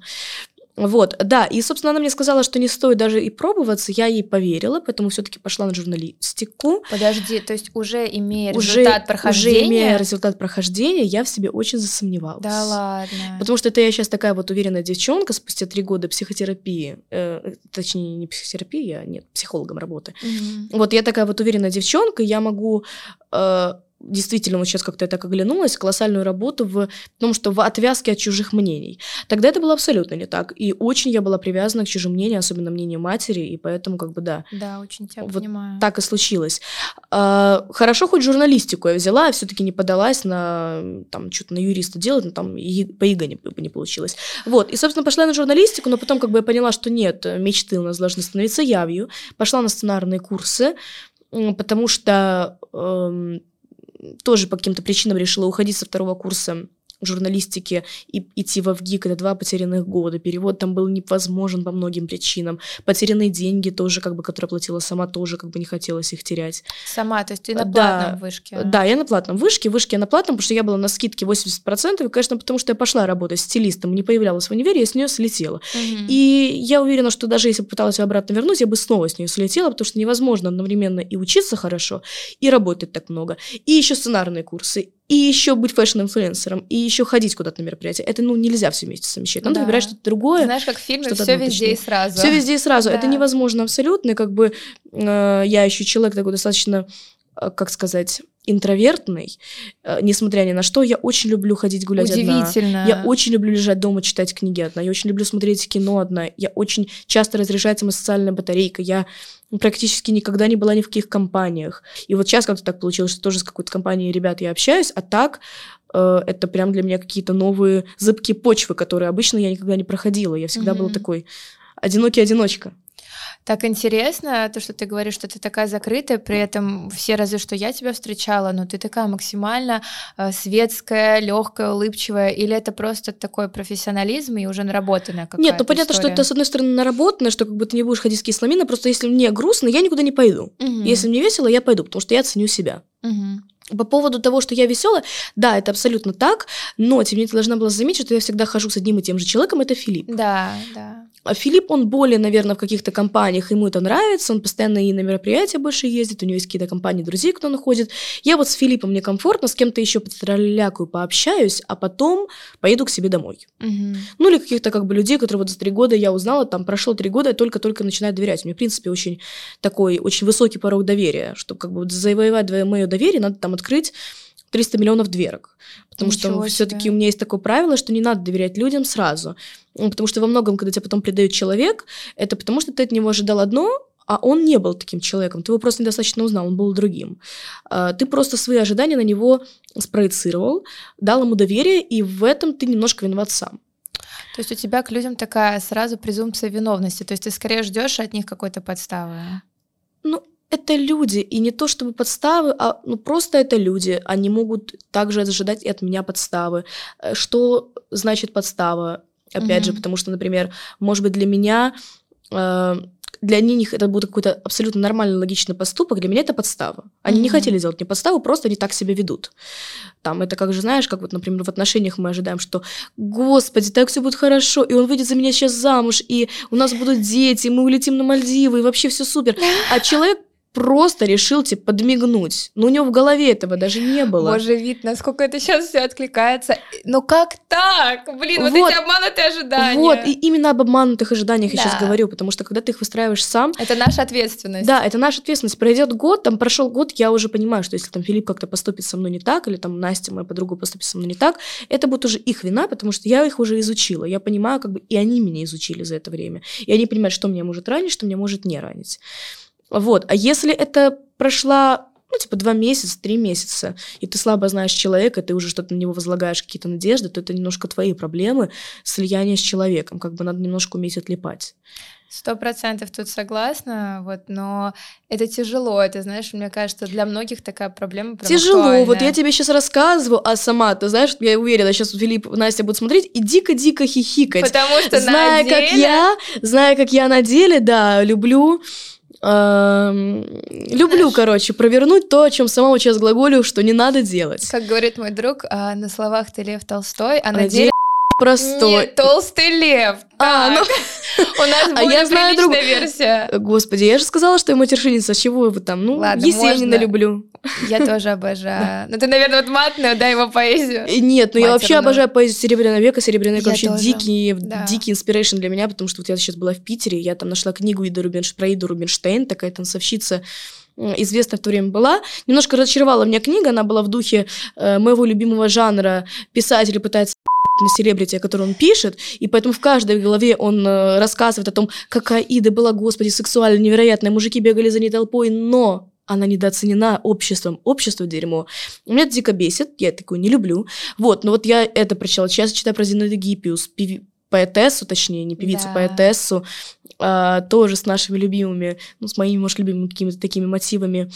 Вот, да, и, собственно, она мне сказала, что не стоит даже и пробоваться, я ей поверила, поэтому все-таки пошла на журналистику. Подожди, то есть уже имея уже, результат прохождения? Уже имея результат прохождения, я в себе очень засомневалась. Да ладно. Потому что это я сейчас такая вот уверенная девчонка спустя три года психотерапии, э, точнее, не психотерапии, я, нет, психологом работаю. Угу. Вот я такая вот уверенная девчонка, я могу... Э, действительно, вот сейчас как-то я так оглянулась, колоссальную работу в том, что в отвязке от чужих мнений. Тогда это было абсолютно не так. И очень я была привязана к чужим мнениям, особенно мнению матери, и поэтому как бы да. Да, очень тебя вот понимаю. Так и случилось. А, хорошо, хоть журналистику я взяла, я все-таки не подалась на там что-то на юриста делать, но там и по ЕГЭ не, не получилось. Вот, и, собственно, пошла на журналистику, но потом как бы я поняла, что нет, мечты у нас должны становиться явью. Пошла на сценарные курсы, потому что... Эм, тоже по каким-то причинам решила уходить со второго курса журналистики и идти во ВГИК. Это два потерянных года. Перевод там был невозможен по многим причинам. Потерянные деньги тоже, как бы, которые платила сама, тоже как бы не хотелось их терять. Сама, то есть ты на платном да, вышке? Да, я на платном вышке. Вышке я на платном, потому что я была на скидке восемьдесят процентов. И, конечно, потому что я пошла работать стилистом, не появлялась в универе, я с нее слетела. Угу. И я уверена, что даже если бы пыталась ее обратно вернуть, я бы снова с нее слетела, потому что невозможно одновременно и учиться хорошо, и работать так много. И еще сценарные курсы, и еще быть фэшн-инфлюенсером, и еще ходить куда-то на мероприятия. Это, ну, нельзя все вместе совмещать. Надо да. выбирать что-то другое. Знаешь, как в фильме, все везде и сразу. Все везде и сразу. Да. Это невозможно абсолютно. И как бы э, я еще человек такой достаточно, э, как сказать, интровертный, э, несмотря ни на что. Я очень люблю ходить гулять Удивительно. одна. Я очень люблю лежать дома, читать книги одна. Я очень люблю смотреть кино одна. Я очень часто разряжается моя социальная батарейка. Я практически никогда не была ни в каких компаниях. И вот сейчас как-то так получилось, что тоже с какой-то компанией ребят я общаюсь, а так э, это прям для меня какие-то новые зыбкие почвы, которые обычно я никогда не проходила. Я всегда mm-hmm. была такой одинокий одиночка. Так интересно, то, что ты говоришь, что ты такая закрытая, при этом все разы, что я тебя встречала, но ты такая максимально э, светская, легкая, улыбчивая, или это просто такой профессионализм и уже наработанная какая-то Нет, ну понятно, история? что это, с одной стороны, наработанное, что как бы ты не будешь ходить с кисломиной, просто если мне грустно, я никуда не пойду. Угу. Если мне весело, я пойду, потому что я ценю себя. Угу. По поводу того, что я веселая, да, это абсолютно так, но тем не менее ты должна была заметить, что я всегда хожу с одним и тем же человеком, это Филипп. Да, да. А Филипп, он более, наверное, в каких-то компаниях, ему это нравится, он постоянно и на мероприятия больше ездит, у него есть какие-то компании друзей, кто находит. Я вот с Филиппом мне комфортно, с кем-то еще потроллякаю, пообщаюсь, а потом поеду к себе домой. Угу. Ну, или каких-то как бы людей, которые вот за три года я узнала, там прошло три года, я только-только начинаю доверять. Мне, в принципе, очень такой, очень высокий порог доверия, чтобы как бы завоевать мое доверие, надо там открыть триста миллионов дверок. Потому Ничего что все-таки у меня есть такое правило, что не надо доверять людям сразу. Потому что во многом, когда тебя потом предает человек, это потому что ты от него ожидал одно, а он не был таким человеком. Ты его просто недостаточно узнал, он был другим. Ты просто свои ожидания на него спроецировал, дал ему доверие, и в этом ты немножко виноват сам. То есть у тебя к людям такая сразу презумпция виновности, то есть ты скорее ждешь от них какой-то подставы? Ну, это люди, и не то чтобы подставы, а ну, просто это люди. Они могут также ожидать и от меня подставы. Что значит подстава? Опять mm-hmm. же, потому что, например, может быть, для меня, э, для них это будет какой-то абсолютно нормальный, логичный поступок, для меня это подстава. Они mm-hmm. не хотели делать мне подставу, просто они так себя ведут. Там это как же, знаешь, как вот, например, в отношениях мы ожидаем, что, господи, так все будет хорошо, и он выйдет за меня сейчас замуж, и у нас будут дети, и мы улетим на Мальдивы, и вообще все супер. А человек просто решил, типа, подмигнуть. Но у него в голове этого даже не было. Боже, вид, насколько это сейчас все откликается. Ну как так? Блин, вот, вот эти обманутые ожидания. Вот, и именно об обманутых ожиданиях да. я сейчас говорю, потому что когда ты их выстраиваешь сам... Это наша ответственность. Да, это наша ответственность. Пройдет год, там прошел год, я уже понимаю, что если там Филипп как-то поступит со мной не так, или там Настя, моя подруга, поступит со мной не так, это будет уже их вина, потому что я их уже изучила. Я понимаю, как бы, и они меня изучили за это время. И они понимают, что меня может ранить, что меня может не ранить. Вот, а если это прошла, ну, типа, два месяца, три месяца, и ты слабо знаешь человека, ты уже что-то на него возлагаешь, какие-то надежды, то это немножко твои проблемы слияния с человеком, как бы надо немножко уметь отлипать. Сто процентов тут согласна, вот, но это тяжело, это, знаешь, мне кажется, для многих такая проблема прям тяжело, актуальная. Вот я тебе сейчас рассказываю, а сама, ты знаешь, я уверена, сейчас Филипп, Настя будут смотреть и дико-дико хихикать. Потому что зная, на деле... как я, зная, как я на деле, да, люблю... Люблю, Знаешь, короче, провернуть то, о чем сама вот сейчас глаголю, что не надо делать. Как говорит мой друг, а, на словах ты Лев Толстой, а, а на деле простой. Нет, толстый лев. А, ну... У нас более а я знаю приличная друг... версия. Господи, я же сказала, что я матершинница, с чего вы там? Ну, Ладно, Есенина можно. люблю. Я тоже обожаю. Ну, ты, наверное, вот матную, да, его поэзию. Нет, ну я вообще обожаю поэзию Серебряного века. Серебряный век вообще тоже. дикий, да. дикий инспирейшн для меня, потому что вот я сейчас была в Питере, я там нашла книгу Иды Рубинш... про Иду Рубинштейн, такая танцовщица, известная в то время была. Немножко разочаровала меня книга, она была в духе э, моего любимого жанра. Писатель пытается на селебрити, который он пишет, и поэтому в каждой главе он э, рассказывает о том, какая Ида была, господи, сексуальная, невероятная, мужики бегали за ней толпой, но она недооценена обществом, общество дерьмо. Меня это дико бесит, я такую не люблю. Вот, но вот я это прочитала. Сейчас читаю про Зинаиду Гиппиус, пев... поэтессу, точнее, не певицу, да. поэтессу, а, тоже с нашими любимыми, ну, с моими, может, любимыми какими-то такими мотивами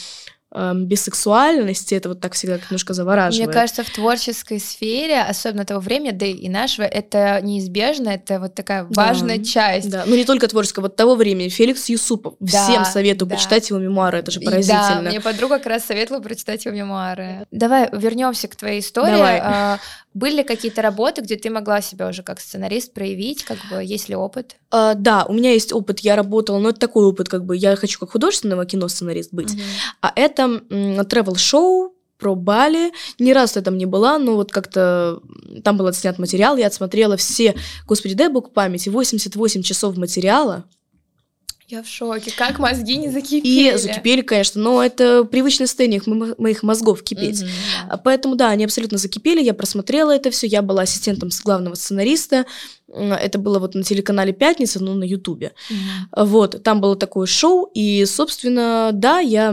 бисексуальности, это вот так всегда немножко завораживает. Мне кажется, в творческой сфере, особенно того времени, да и нашего, это неизбежно, это вот такая важная да, часть. Да, ну не только творческая, вот того времени. Феликс Юсупов. Да, всем советую да. почитать его мемуары, это же поразительно. Да, мне подруга как раз советовала прочитать его мемуары. Давай вернемся к твоей истории. Давай. Были ли какие-то работы, где ты могла себя уже как сценарист проявить, как бы, есть ли опыт? Uh, да, у меня есть опыт, я работала, но это такой опыт, как бы, я хочу как художественного кино сценарист быть, uh-huh. а это м- тревел-шоу про Бали, ни разу я там не была, но вот как-то там был отснят материал, я отсмотрела все, господи, дай бог памяти, восемьдесят восемь часов материала. Я в шоке, как мозги не закипели. И закипели, конечно, но это привычное состояние моих мозгов кипеть. Mm-hmm, да. Поэтому, да, они абсолютно закипели, я просмотрела это все, я была ассистентом главного сценариста, это было вот на телеканале «Пятница», ну, на Ютубе. Mm-hmm. Вот, там было такое шоу, и, собственно, да, я...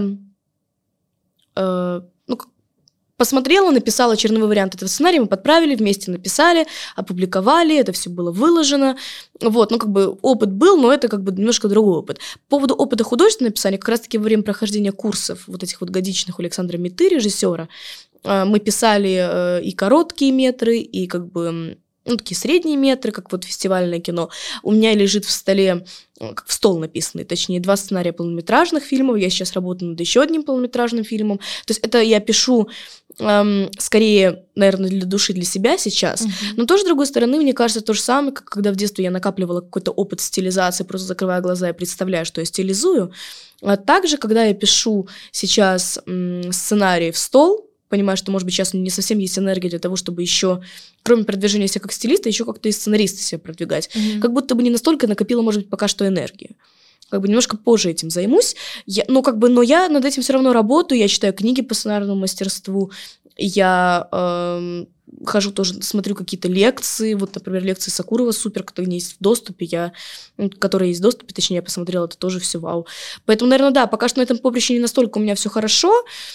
Э, ну, посмотрела, написала черновой вариант этого сценария, мы подправили, вместе написали, опубликовали, это все было выложено. Вот, ну, как бы опыт был, но это как бы немножко другой опыт. По поводу опыта художественного написания, как раз-таки во время прохождения курсов вот этих вот годичных у Александра Митты, режиссера, мы писали и короткие метры, и как бы... ну, такие средние метры, как вот фестивальное кино. У меня лежит в столе, как в стол написанный, точнее, два сценария полнометражных фильмов. Я сейчас работаю над еще одним полнометражным фильмом. То есть это я пишу эм, скорее, наверное, для души, для себя сейчас. Uh-huh. Но тоже, с другой стороны, мне кажется, то же самое, как когда в детстве я накапливала какой-то опыт стилизации, просто закрывая глаза и представляя, что я стилизую. А также, когда я пишу сейчас м, сценарий в стол, понимаю, что, может быть, сейчас не совсем есть энергия для того, чтобы еще, кроме продвижения себя как стилиста, еще как-то и сценариста себя продвигать. Uh-huh. Как будто бы не настолько накопила, может быть, пока что энергии. Как бы немножко позже этим займусь. Я, ну, как бы, но я над этим все равно работаю. Я читаю книги по сценарному мастерству. Я э, хожу тоже, смотрю какие-то лекции. Вот, например, лекции Сакурова супер, которые есть в доступе. Я, которые есть в доступе, точнее, я посмотрела, это тоже все вау. Поэтому, наверное, да, пока что на этом поприще не настолько у меня все хорошо.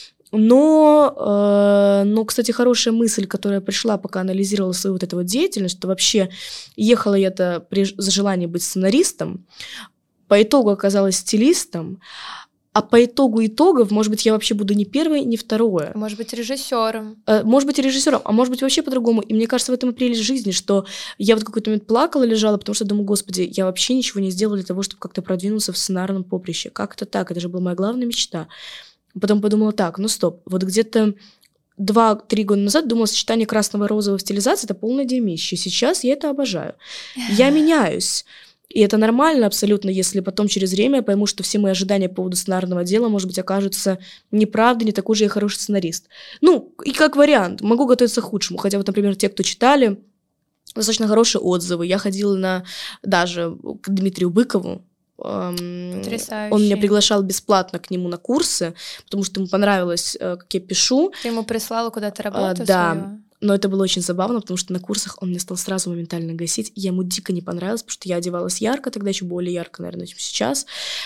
Но, э, но, кстати, хорошая мысль, которая пришла, пока анализировала свою вот эту вот деятельность, что вообще ехала я-то при желании быть сценаристом, по итогу оказалась стилистом, а по итогу итогов, может быть, я вообще буду не первой, не второе. Может быть, режиссером. Может быть, режиссером, а может быть, вообще по-другому. И мне кажется, в этом и прелесть жизни, что я вот какой-то момент плакала, лежала, потому что думаю, господи, я вообще ничего не сделала для того, чтобы как-то продвинуться в сценарном поприще. Как это так? Это же была моя главная мечта. Потом подумала, так, ну стоп, вот где-то два-три года назад думала, сочетание красного и розового в стилизации — это полное дерьмище. Сейчас я это обожаю. Я меняюсь. И это нормально абсолютно, если потом через время я пойму, что все мои ожидания по поводу сценарного дела, может быть, окажутся неправдой, не такой же я хороший сценарист. Ну, и как вариант, могу готовиться к худшему. Хотя вот, например, те, кто читали, достаточно хорошие отзывы. Я ходила на даже к Дмитрию Быкову. Потрясающе. Он меня приглашал бесплатно к нему на курсы, потому что ему понравилось, как я пишу. Ты ему прислала куда-то работу а, да. свою? Но это было очень забавно, потому что на курсах он мне стал сразу моментально гасить. Я ему дико не понравилась, потому что я одевалась ярко, тогда еще более ярко, наверное, чем сейчас.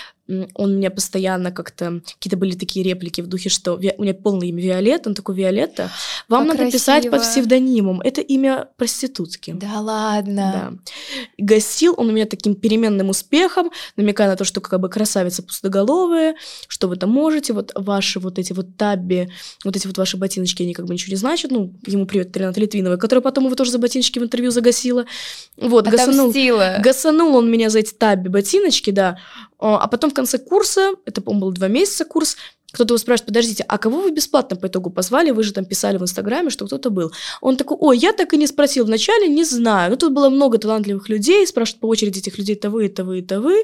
Он меня постоянно как-то... Какие-то были такие реплики в духе, что... У меня полное имя Виолетта, он такой: Виолетта, вам как надо красиво. Писать под псевдонимом. Это имя проститутки. Да ладно? Да. Гасил он у меня таким переменным успехом, намекая на то, что как бы красавица пустоголовая, что вы там можете, вот ваши вот эти вот табби, вот эти вот ваши ботиночки, они как бы ничего не значат. Ну, ему привет, Рената Литвинова, которая потом его тоже за ботиночки в интервью загасила. Вот, гасанул, гасанул он меня за эти табби ботиночки, да. А потом в конце курса, это, по-моему, был два месяца курс, кто-то его спрашивает: подождите, а кого вы бесплатно по итогу позвали? Вы же там писали в Инстаграме, что кто-то был. Он такой: ой, я так и не спросил вначале, не знаю. Ну, тут было много талантливых людей, спрашивают по очереди этих людей: это вы, это вы, это вы.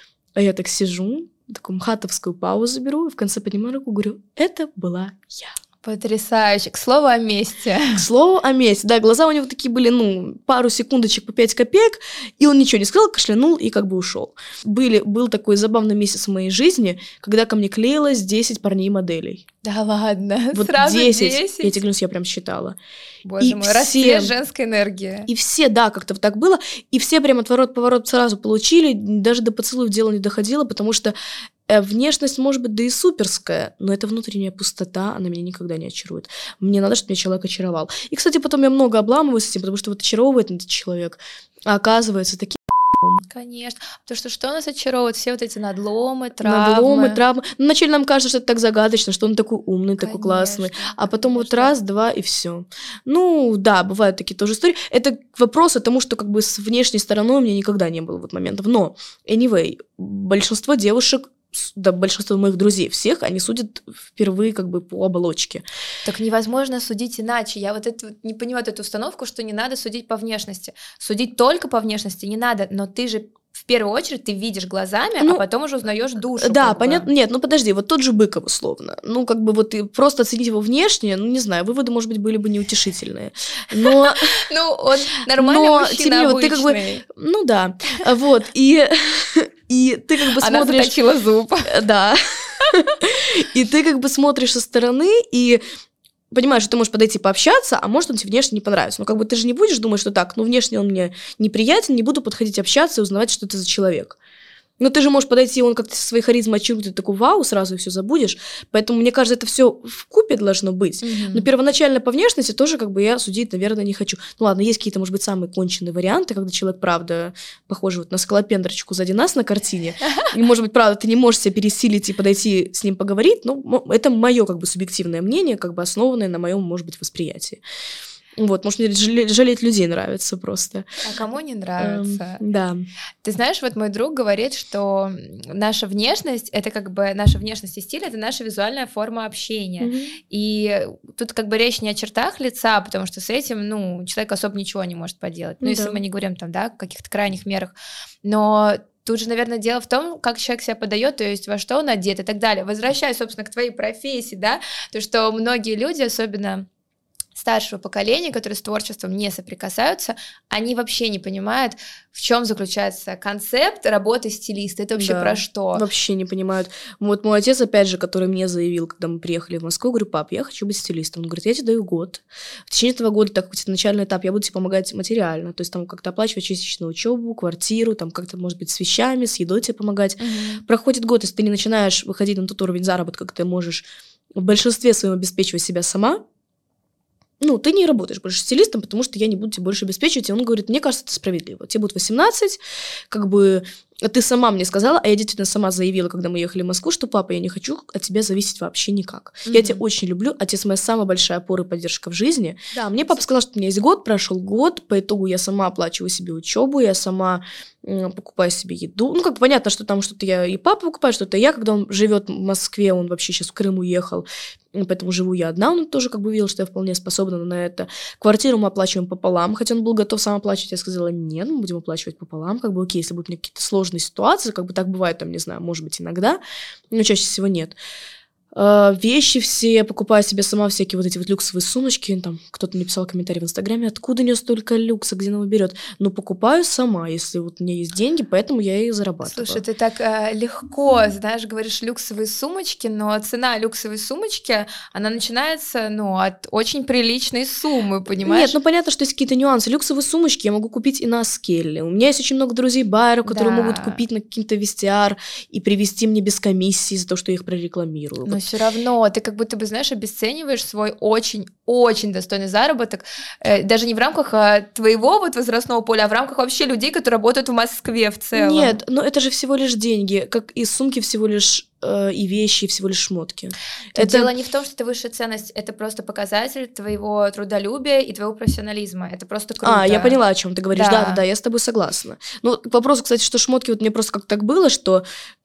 А я так сижу, такую мхатовскую паузу беру, и в конце поднимаю руку, говорю: это была я. Потрясающе. К слову о месте. К слову о месте. Да, глаза у него такие были, ну, пару секундочек по пять копеек, и он ничего не сказал, кашлянул и как бы ушел. Были, был такой забавный месяц в моей жизни, когда ко мне клеилось десять парней-моделей. Да ладно? Вот сразу десять. десять? Я тебе клянусь, я прям считала. Боже и мой, все, расцвет женской энергии. И все, да, как-то так было. И все прям отворот-поворот сразу получили, даже до поцелуев дело не доходило, потому что внешность, может быть, да и суперская, но это внутренняя пустота, она меня никогда не очарует. Мне надо, чтобы меня человек очаровал. И, кстати, потом я много обламываюсь с этим, потому что вот очаровывает этот человек, а оказывается, такие... Конечно. Потому что что нас очаровывает? Все вот эти надломы, травмы. Надломы, травмы. Ну, вначале нам кажется, что это так загадочно, что он такой умный, конечно, такой классный. А потом конечно. вот раз, два и все. Ну, да, бывают такие тоже истории. Это вопрос к тому, что как бы с внешней стороной у меня никогда не было вот моментов. Но, anyway, большинство девушек, да, большинство моих друзей, всех, они судят впервые как бы по оболочке. Так невозможно судить иначе. Я вот это не понимаю эту установку, что не надо судить по внешности. Судить только по внешности не надо, но ты же в первую очередь ты видишь глазами, ну, а потом уже узнаешь душу. Да, понятно. Нет, ну подожди, вот тот же Быков условно. Ну, как бы вот и просто оценить его внешне, ну, не знаю, выводы, может быть, были бы неутешительные. Но... Ну, он нормальный мужчина, обычный. Ну, да. Вот, и... И ты как бы Она смотришь... заточила зуб. Да. И ты как бы смотришь со стороны и понимаешь, что ты можешь подойти пообщаться, а может он тебе внешне не понравится. Но как бы ты же не будешь думать, что так, ну внешне он мне неприятен, не буду подходить общаться и узнавать, что это за человек. Но ты же можешь подойти, он как-то со своей харизмой очарует, ты такой: вау, сразу и все забудешь. Поэтому, мне кажется, это все вкупе должно быть. Mm-hmm. Но первоначально по внешности тоже как бы я судить, наверное, не хочу. Ну ладно, есть какие-то, может быть, самые конченые варианты, когда человек, правда, похож вот на скалопендрочку сзади нас на картине. И, может быть, правда, ты не можешь себя пересилить и подойти с ним поговорить. Но это мое как бы субъективное мнение, как бы основанное на моем, может быть, восприятии. Вот, может, мне жалеть, жалеть людей нравится просто. А кому не нравится? Эм, да. Ты знаешь, вот мой друг говорит, что наша внешность, это как бы наша внешность и стиль, это наша визуальная форма общения. Мгм. И тут как бы речь не о чертах лица, потому что с этим, ну, человек особо ничего не может поделать. Ну, Ну если да. мы не говорим там, да, о каких-то крайних мерах. Но тут же, наверное, дело в том, как человек себя подает, то есть во что он одет и так далее. Возвращаясь, собственно, к твоей профессии, да, то, что многие люди, особенно старшего поколения, которые с творчеством не соприкасаются, они вообще не понимают, в чем заключается концепт работы стилиста. Это вообще Да, про что? Вообще не понимают. Вот мой отец, опять же, который мне заявил, когда мы приехали в Москву, говорю: пап, я хочу быть стилистом. Он говорит: я тебе даю год. В течение этого года, так как у тебя начальный этап, я буду тебе помогать материально, то есть там как-то оплачивать частично учебу, квартиру, там как-то, может быть, с вещами, с едой тебе помогать. Мгм. Проходит год, если ты не начинаешь выходить на тот уровень заработка, как ты можешь в большинстве своем обеспечивать себя сама, ну, ты не работаешь больше стилистом, потому что я не буду тебе больше обеспечивать. И он говорит: мне кажется, это справедливо. Тебе будет восемнадцать, как бы ты сама мне сказала, а я действительно сама заявила, когда мы ехали в Москву, что: папа, я не хочу от тебя зависеть вообще никак. Мгм. Я тебя очень люблю, отец моя самая большая опора и поддержка в жизни. Да, мне папа сказал, что у меня есть год, прошел год, по итогу я сама оплачиваю себе учебу, я сама м, покупаю себе еду. Ну, как понятно, что там что-то я и папа покупает, что-то я, когда он живет в Москве, он вообще сейчас в Крым уехал, м, поэтому живу я одна, он тоже как бы видел, что я вполне способна на это. Квартиру мы оплачиваем пополам, хотя он был готов сам оплачивать, я сказала: нет, мы будем оплачивать пополам, как бы окей, если будут у меня какие-то сложные ситуации, как бы так бывает, там, не знаю, может быть, иногда, но чаще всего нет. А, вещи все я покупаю себе сама, всякие вот эти вот люксовые сумочки, там кто-то мне писал комментарий в Инстаграме: откуда у нее столько люкса, где она его берет? Ну, покупаю сама, если вот у меня есть деньги, поэтому я и зарабатываю. Слушай, ты так э, легко, знаешь, говоришь люксовые сумочки, но цена люксовой сумочки, она начинается, ну, от очень приличной суммы, понимаешь? Нет, ну понятно, что есть какие-то нюансы. Люксовые сумочки я могу купить и на Скелле. У меня есть очень много друзей-байеров, которые Да. могут купить на каким-то вестиар и привезти мне без комиссии за то, что я их прорекламирую. Но Вот. все равно ты как будто бы, знаешь, обесцениваешь свой очень-очень достойный заработок, э, даже не в рамках а, твоего вот возрастного поля, а в рамках вообще людей, которые работают в Москве в целом. Нет, но это же всего лишь деньги, как и сумки всего лишь э, и вещи всего лишь шмотки. Тут Это дело не в том, что это высшая ценность, это просто показатель твоего трудолюбия и твоего профессионализма. Это просто круто. А, я поняла, о чем ты говоришь. Да. Да, да, да, я с тобой согласна. Ну, к вопросу, кстати, что шмотки, вот мне просто как так было, что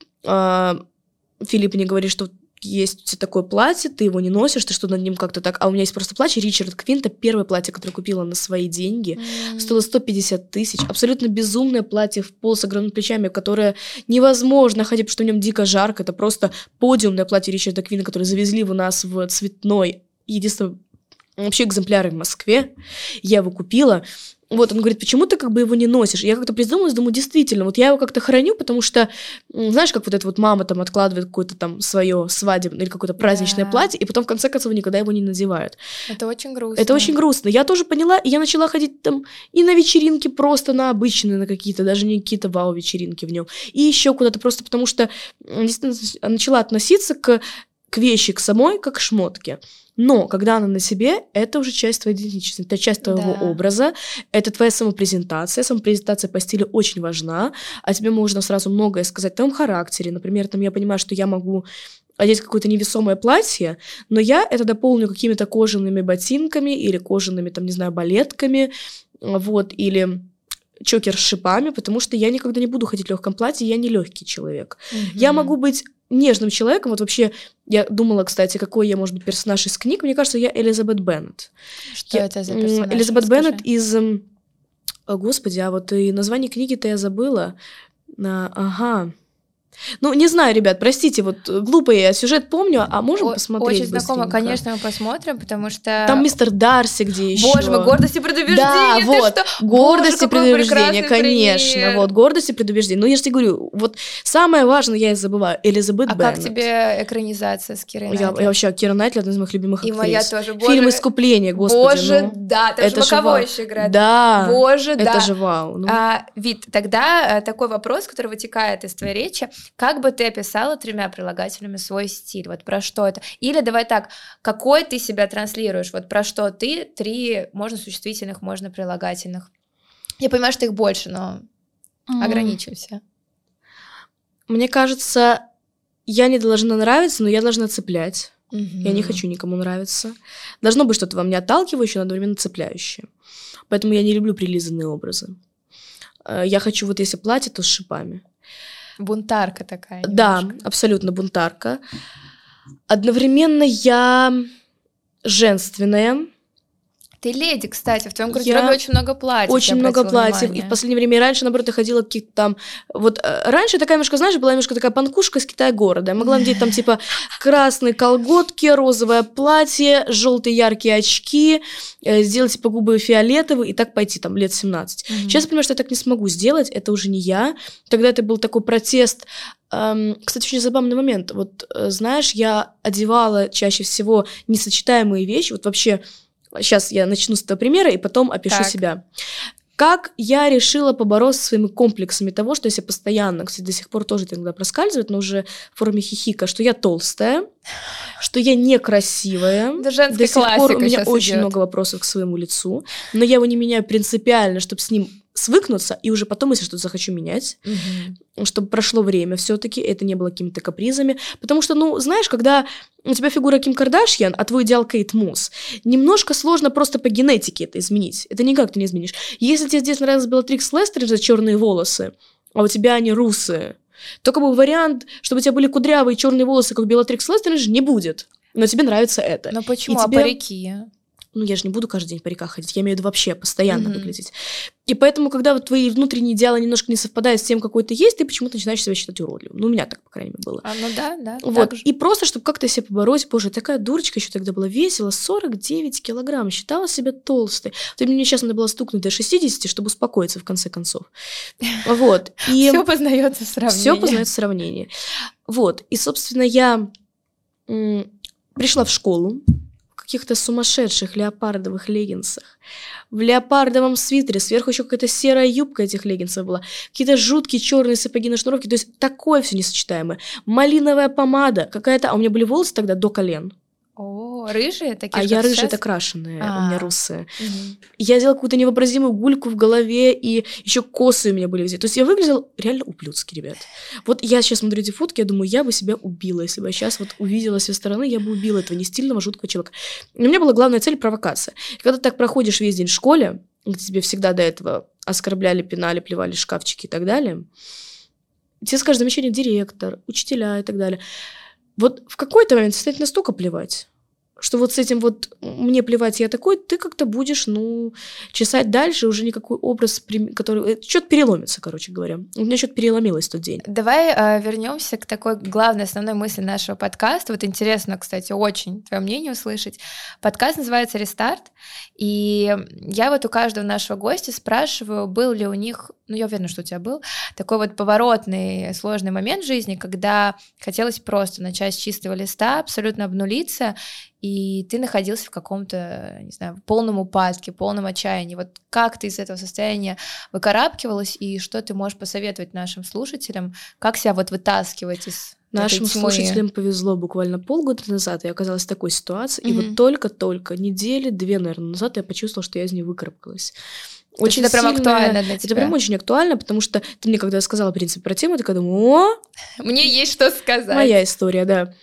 э, Филипп мне говорит, что есть у тебя такое платье, ты его не носишь, ты что над ним как-то так... А у меня есть просто платье Ричард Квинта, первое платье, которое купила на свои деньги, М. стоило сто пятьдесят тысяч. Абсолютно безумное платье в пол с огромными плечами, которое невозможно ходить, потому что в нем дико жарко. Это просто подиумное платье Ричарда Квинта, которое завезли у нас в цветной, единственный вообще экземпляры в Москве. Я его купила. Вот, он говорит: почему ты как бы его не носишь? Я как-то призадумалась, думаю, действительно, вот я его как-то храню, потому что, м, знаешь, как вот эта вот мама там откладывает какое-то там свое свадебное или какое-то праздничное Да. платье, и потом в конце концов никогда его не надевают. Это очень грустно. Это очень грустно. Я тоже поняла, и я начала ходить там и на вечеринки просто на обычные, на какие-то, даже не какие-то вау-вечеринки в нем, и еще куда-то просто потому что м, действительно начала относиться к, к вещи, к самой, как к шмотке. Но когда она на себе, это уже часть твоей идентичности, это часть твоего Да. образа, это твоя самопрезентация. Самопрезентация по стилю очень важна, а тебе можно сразу многое сказать о твоем характере. Например, там я понимаю, что я могу одеть какое-то невесомое платье, но я это дополню какими-то кожаными ботинками или кожаными, там, не знаю, балетками, вот, или чокер с шипами, потому что я никогда не буду ходить в легком платье, я не легкий человек. Мгм. Я могу быть нежным человеком. Вот вообще, я думала, кстати, какой я, может быть, персонаж из книг. Мне кажется, я Элизабет Беннет. Что Я- это за м, персонаж? Элизабет Расскажи. Беннет из... м, о, Господи, а вот и название книги-то я забыла. А, ага. Ну, не знаю, ребят, простите, вот э, глупо я сюжет помню, а можем О- посмотреть Очень знакомо, быстренько? конечно, мы посмотрим, потому что... Там мистер Дарси, где еще. Боже мой, гордость и предубеждение, Да, ты вот, что? гордость Боже, и какой предубеждение, прекрасный конечно, пример. вот, гордость и предубеждение. Ну, я же тебе говорю, вот самое важное я и забываю, Элизабет А Беннет. как тебе экранизация с Кирой Я, Найтли? я вообще, Кира Найтли одна из моих любимых И актрис. моя тоже. Фильм Боже, «Искупление», господи, Боже, ну. да, там же Это же Маковой вау. еще играет. Да, Боже, это да. же вау. Ну. А, Вит, тогда э, такой вопрос, который вытекает из твоей речи. Как бы ты описала тремя прилагательными свой стиль? Вот про что это? Или давай так, какой ты себя транслируешь? Вот про что ты? Три, можно существительных, можно прилагательных. Я понимаю, что их больше, но М. ограничимся. Мне кажется, я не должна нравиться, но я должна цеплять. Угу. Я не хочу никому нравиться. Должно быть что-то во мне отталкивающее, но одновременно цепляющее. Поэтому я не люблю прилизанные образы. Я хочу, вот если платье, то с шипами. Бунтарка такая. Да, немножко. абсолютно бунтарка. Одновременно я женственная. Ты леди, кстати, в твоем гардеробе я очень много платьев. Очень много платьев. Внимание. И в последнее время, и раньше, наоборот, я ходила каких-то там... Вот раньше такая немножко, знаешь, была немножко такая панкушка из Китая-города. Я могла надеть там типа красные колготки, розовое платье, желтые яркие очки, сделать типа губы фиолетовые и так пойти там лет семнадцать. Mm-hmm. Сейчас я понимаю, что я так не смогу сделать, это уже не я. Тогда это был такой протест. Кстати, очень забавный момент. Вот знаешь, я одевала чаще всего несочетаемые вещи, вот вообще... Сейчас я начну с этого примера и потом опишу так. себя. Как я решила побороться со своими комплексами того, что я себя постоянно, кстати, до сих пор тоже это иногда проскальзывает, но уже в форме хихика, что я толстая, что я некрасивая. Да, женская до сих пор у меня очень идет. много вопросов к своему лицу, но я его не меняю принципиально, чтобы с ним свыкнуться, и уже потом, если что-то захочу менять, угу. чтобы прошло время все-таки, это не было какими-то капризами, потому что, ну, знаешь, когда у тебя фигура Ким Кардашьян, а твой идеал Кейт Мосс, немножко сложно просто по генетике это изменить, это никак ты не изменишь. Если тебе здесь нравилась Белатрикс Лестрейдж за черные волосы, а у тебя они русые, то как бы вариант, чтобы у тебя были кудрявые черные волосы, как Белатрикс Лестрейдж, не будет, но тебе нравится это. Но почему? И а тебе... парики? Ну, я же не буду каждый день в париках ходить, я имею в виду вообще постоянно mm-hmm. выглядеть. И поэтому, когда вот твои внутренние идеалы немножко не совпадают с тем, какой ты есть, ты почему-то начинаешь себя считать уродливым. Ну, у меня так, по крайней мере, было. А, ну да, да. Вот. И просто, чтобы как-то себя побороть, боже, такая дурочка еще тогда была, весила сорок девять килограмм, считала себя толстой. Вот мне сейчас надо было стукнуть до шестидесяти, чтобы успокоиться, в конце концов. Вот. И все познается в сравнении. Все познается в сравнении. Вот. И, собственно, я м- пришла в школу, в каких-то сумасшедших леопардовых леггинсах, в леопардовом свитере, сверху еще какая-то серая юбка этих леггинсов была, какие-то жуткие черные сапоги на шнуровке, то есть такое все несочетаемое. Малиновая помада какая-то, а у меня были волосы тогда до колен. О, рыжие такие? А я рыжая, это крашеная, у меня русые. Я делала какую-то невообразимую гульку в голове, и еще косы у меня были везде. То есть я выглядела реально ублюдски, ребят. Вот я сейчас смотрю эти фотки, я думаю, я бы себя убила, если бы я сейчас вот увидела со стороны, я бы убила этого нестильного, жуткого человека. У меня была главная цель — провокация. И когда ты так проходишь весь день в школе, где тебе всегда до этого оскорбляли, пинали, плевали шкафчики и так далее, тебе скажет замечание директор, учителя и так далее. Вот в какой-то момент стать настолько плевать, что вот с этим вот мне плевать, я такой, ты как-то будешь, ну, чесать дальше, уже никакой образ, который... Что-то переломится, короче говоря. У меня что-то переломилось в тот день. Давай э, вернемся к такой главной, основной мысли нашего подкаста. Вот интересно, кстати, очень твое мнение услышать. Подкаст называется «Рестарт», и я вот у каждого нашего гостя спрашиваю, был ли у них, ну, я уверена, что у тебя был, такой вот поворотный, сложный момент в жизни, когда хотелось просто начать с чистого листа, абсолютно обнулиться, и ты находился в каком-то, не знаю, полном упадке, полном отчаянии. Вот как ты из этого состояния выкарабкивалась, и что ты можешь посоветовать нашим слушателям, как себя вот вытаскивать из Нашим этой тьмы? слушателям повезло буквально полгода назад, я оказалась в такой ситуации, mm-hmm. и вот только-только, недели, две, наверное, назад я почувствовала, что я из нее выкарабкалась. Очень это прям сильная... актуально для тебя. Это прям очень актуально, потому что ты мне когда сказала, в принципе, про тему, я такая думаю, о! Мне есть что сказать. Моя история, да.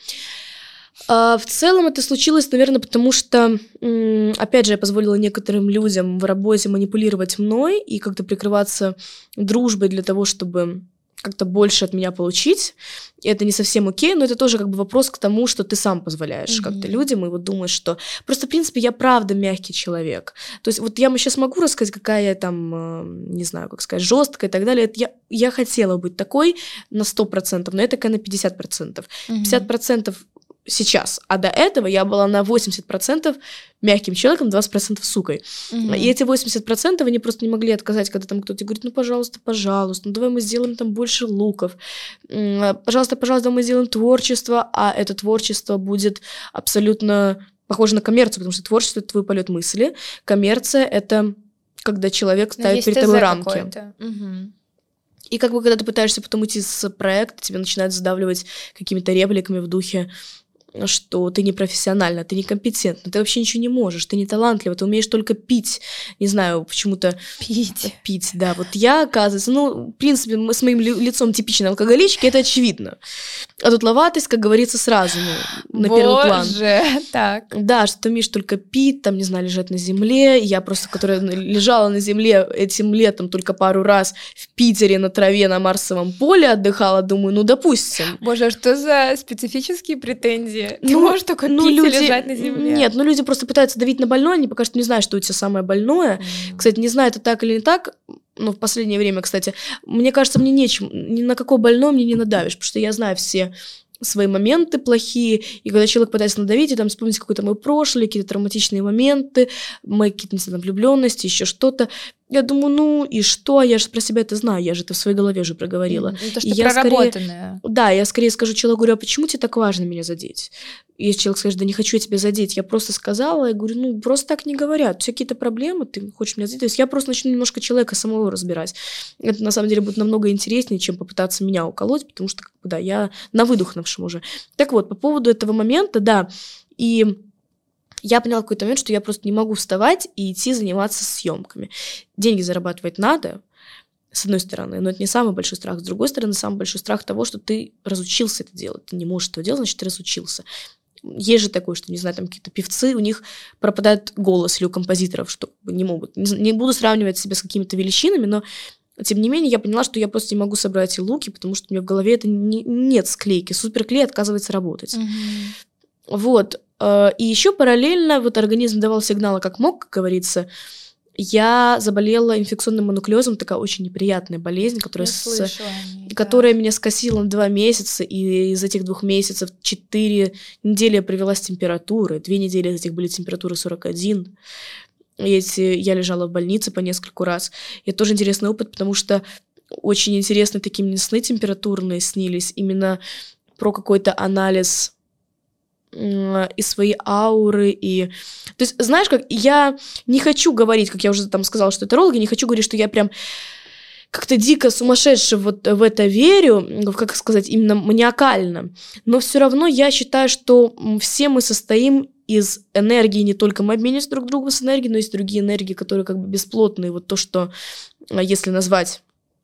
А, в целом это случилось, наверное, потому что, м- опять же, я позволила некоторым людям в работе манипулировать мной и как-то прикрываться дружбой для того, чтобы как-то больше от меня получить. И это не совсем окей, но это тоже как бы вопрос к тому, что ты сам позволяешь mm-hmm. как-то людям, и вот думаешь, что... Просто, в принципе, я правда мягкий человек. То есть вот я сейчас могу рассказать, какая я там, не знаю, как сказать, жесткая и так далее. Это я, я хотела быть такой на сто процентов, но я такая на пятьдесят процентов. Mm-hmm. пятьдесят процентов сейчас, а до этого я была на восемьдесят процентов мягким человеком, двадцать процентов сукой. Mm-hmm. И эти восемьдесят процентов они просто не могли отказать, когда там кто-то говорит, ну, пожалуйста, пожалуйста, ну, давай мы сделаем там больше луков, пожалуйста, пожалуйста, мы сделаем творчество, а это творчество будет абсолютно похоже на коммерцию, потому что творчество — это твой полет мысли, коммерция — это когда человек ставит перед тобой рамки. Угу. И как бы когда ты пытаешься потом уйти с проекта, тебя начинают задавливать какими-то репликами в духе что ты не профессиональна, ты некомпетентна, ты вообще ничего не можешь, ты не талантлива, ты умеешь только пить, не знаю, почему-то... Пить. Пить, да. Вот я, оказывается, ну, в принципе, мы с моим лицом типичной алкоголички, это очевидно. А тут ловатость, как говорится, сразу ну, на Боже, первый план. так. Да, что ты умеешь только пить, там, не знаю, лежать на земле. Я просто, которая лежала на земле этим летом только пару раз в Питере на траве на Марсовом поле отдыхала, думаю, ну, допустим. Боже, а что за специфические претензии? Ты ну, можешь только ну, пить люди... и лежать на земле. Нет, ну люди просто пытаются давить на больное, они пока что не знают, что у тебя самое больное. Mm. Кстати, не знаю, это так или не так, но в последнее время, кстати, мне кажется, мне нечем, ни на какое больное мне не надавишь, потому что я знаю все свои моменты плохие, и когда человек пытается надавить, и там вспомнить какое-то мое прошлое, какие-то травматичные моменты, мои какие-то, не знаю, влюбленности, еще что-то, я думаю, ну и что, я же про себя это знаю, я же это в своей голове уже проговорила. Mm-hmm. То, что и я проработанное. Скорее, да, я скорее скажу человеку, говорю, а почему тебе так важно меня задеть? И если человек скажет, да не хочу я тебя задеть, я просто сказала, я говорю, ну просто так не говорят, у тебя какие-то проблемы, ты хочешь меня задеть, то есть я просто начну немножко человека самого разбирать. Это на самом деле будет намного интереснее, чем попытаться меня уколоть, потому что, как бы, да, я на выдохнувшем уже. Так вот, по поводу этого момента, да, и... Я поняла в какой-то момент, что я просто не могу вставать и идти заниматься съемками. Деньги зарабатывать надо, с одной стороны, но это не самый большой страх. С другой стороны, самый большой страх того, что ты разучился это делать. Ты не можешь этого делать, значит, ты разучился. Есть же такое, что, не знаю, там какие-то певцы, у них пропадает голос, или у композиторов, что не могут. Не буду сравнивать себя с какими-то величинами, но тем не менее, я поняла, что я просто не могу собрать и луки, потому что у меня в голове это не, нет склейки. Суперклей отказывается работать. Mm-hmm. Вот. И еще параллельно вот организм давал сигналы как мог, как говорится. Я заболела инфекционным мононуклеозом, такая очень неприятная болезнь, которая, с... ней, которая да. меня скосила на два месяца, и из этих двух месяцев четыре недели я провела с температурой, две недели из этих были температуры сорок один. Эти... Я лежала в больнице по нескольку раз. И это тоже интересный опыт, потому что очень интересные такие мне сны температурные снились, именно про какой-то анализ и свои ауры, и... То есть, знаешь, как я не хочу говорить, как я уже там сказала, что это таролог, я не хочу говорить, что я прям как-то дико сумасшедше вот в это верю, как сказать, именно маниакально, но все равно я считаю, что все мы состоим из энергии, не только мы обмениваемся друг другу с энергией, но есть другие энергии, которые как бы бесплотные, вот то, что, если назвать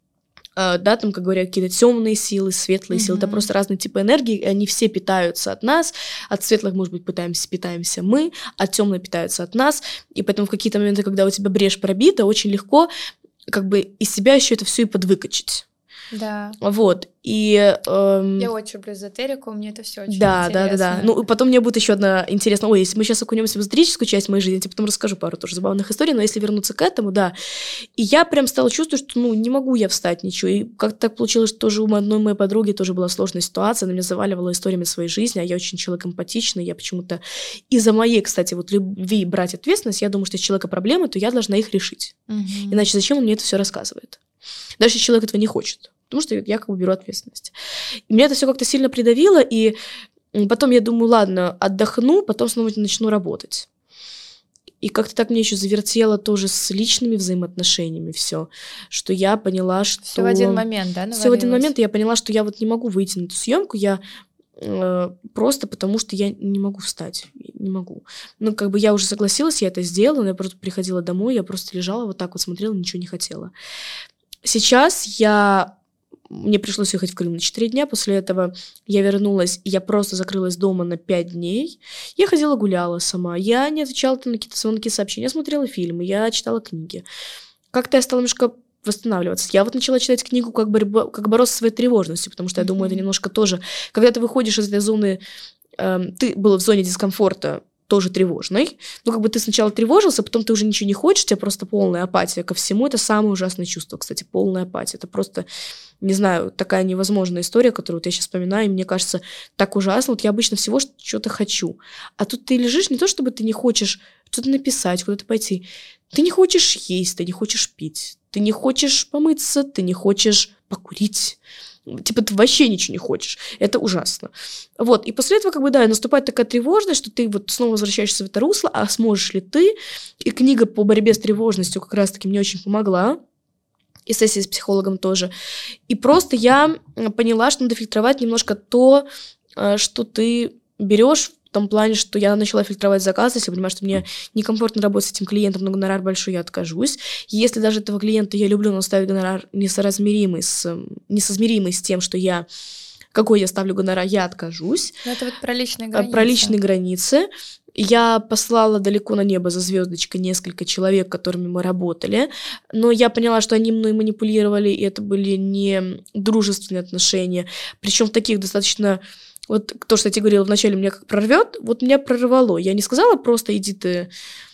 да, там, как говорят, какие-то темные силы, светлые mm-hmm. силы, это просто разные типы энергии, они все питаются от нас, от светлых, может быть, пытаемся, питаемся мы, от темных питаются от нас, и поэтому в какие-то моменты, когда у тебя брешь пробита, очень легко как бы из себя еще это все и подвыкачать. Да. Вот. И, эм... я очень люблю эзотерику, мне это все очень да, интересно. Да, да, да. Ну, потом мне будет еще одна интересная... Ой, если мы сейчас окунемся в эзотерическую часть моей жизни, я тебе потом расскажу пару тоже забавных историй, но если вернуться к этому, да. И я прям стала чувствовать, что, ну, не могу я встать ничего. И как-то так получилось, что тоже у одной моей подруги тоже была сложная ситуация, она меня заваливала историями своей жизни, а я очень человек эмпатичный, я почему-то из-за моей, кстати, вот любви брать ответственность, я думаю, что если у человека проблемы, то я должна их решить. Угу. Иначе зачем он мне это все рассказывает? Даже если человек этого не хочет. Потому что я как бы беру ответственность. И меня это все как-то сильно придавило, и потом я думаю, ладно, отдохну, потом снова начну работать. И как-то так мне еще завертело тоже с личными взаимоотношениями все, что я поняла, что... Все в один момент, да, навалилось? Все в один момент, и я поняла, что я вот не могу выйти на эту съемку, я э, просто потому что я не могу встать, не могу. Ну, как бы я уже согласилась, я это сделала, но я просто приходила домой, я просто лежала вот так вот, смотрела, ничего не хотела. Сейчас я... Мне пришлось ехать в Крым на четыре дня, после этого я вернулась, и я просто закрылась дома на пять дней. Я ходила, гуляла сама, я не отвечала на какие-то звонки, сообщения, я смотрела фильмы, я читала книги. Как-то я стала немножко восстанавливаться. Я вот начала читать книгу «Как, борьба, как бороться со своей тревожностью», потому что я думаю, это немножко тоже... Когда ты выходишь из этой зоны... Э, ты был в зоне дискомфорта, тоже тревожной. Ну, как бы ты сначала тревожился, потом ты уже ничего не хочешь, у тебя просто полная апатия ко всему. Это самое ужасное чувство, кстати, полная апатия. Это просто, не знаю, такая невозможная история, которую вот я сейчас вспоминаю, и мне кажется, так ужасно. Вот я обычно всего что-то хочу. А тут ты лежишь не то, чтобы ты не хочешь что-то написать, куда-то пойти. Ты не хочешь есть, ты не хочешь пить, ты не хочешь помыться, ты не хочешь покурить. Типа ты вообще ничего не хочешь. Это ужасно. Вот. И после этого, как бы, да, наступает такая тревожность, что ты вот снова возвращаешься в это русло, а сможешь ли ты? И книга по борьбе с тревожностью как раз-таки мне очень помогла. И сессия с психологом тоже. И просто я поняла, что надо фильтровать немножко то, что ты берешь в том плане, что я начала фильтровать заказ, если понимаю, что мне некомфортно работать с этим клиентом, но гонорар большой, я откажусь. Если даже этого клиента я люблю, но ставить гонорар несоразмеримый с, несоизмеримый с тем, что я, какой я ставлю гонорар, я откажусь. Но это вот про личные границы. Про личные границы. Я послала далеко на небо за звездочкой несколько человек, которыми мы работали, но я поняла, что они мной манипулировали, и это были не дружественные отношения, причем в таких достаточно... Вот то, что я тебе говорила вначале, меня как прорвет, вот меня прорвало. Я не сказала просто иди ты...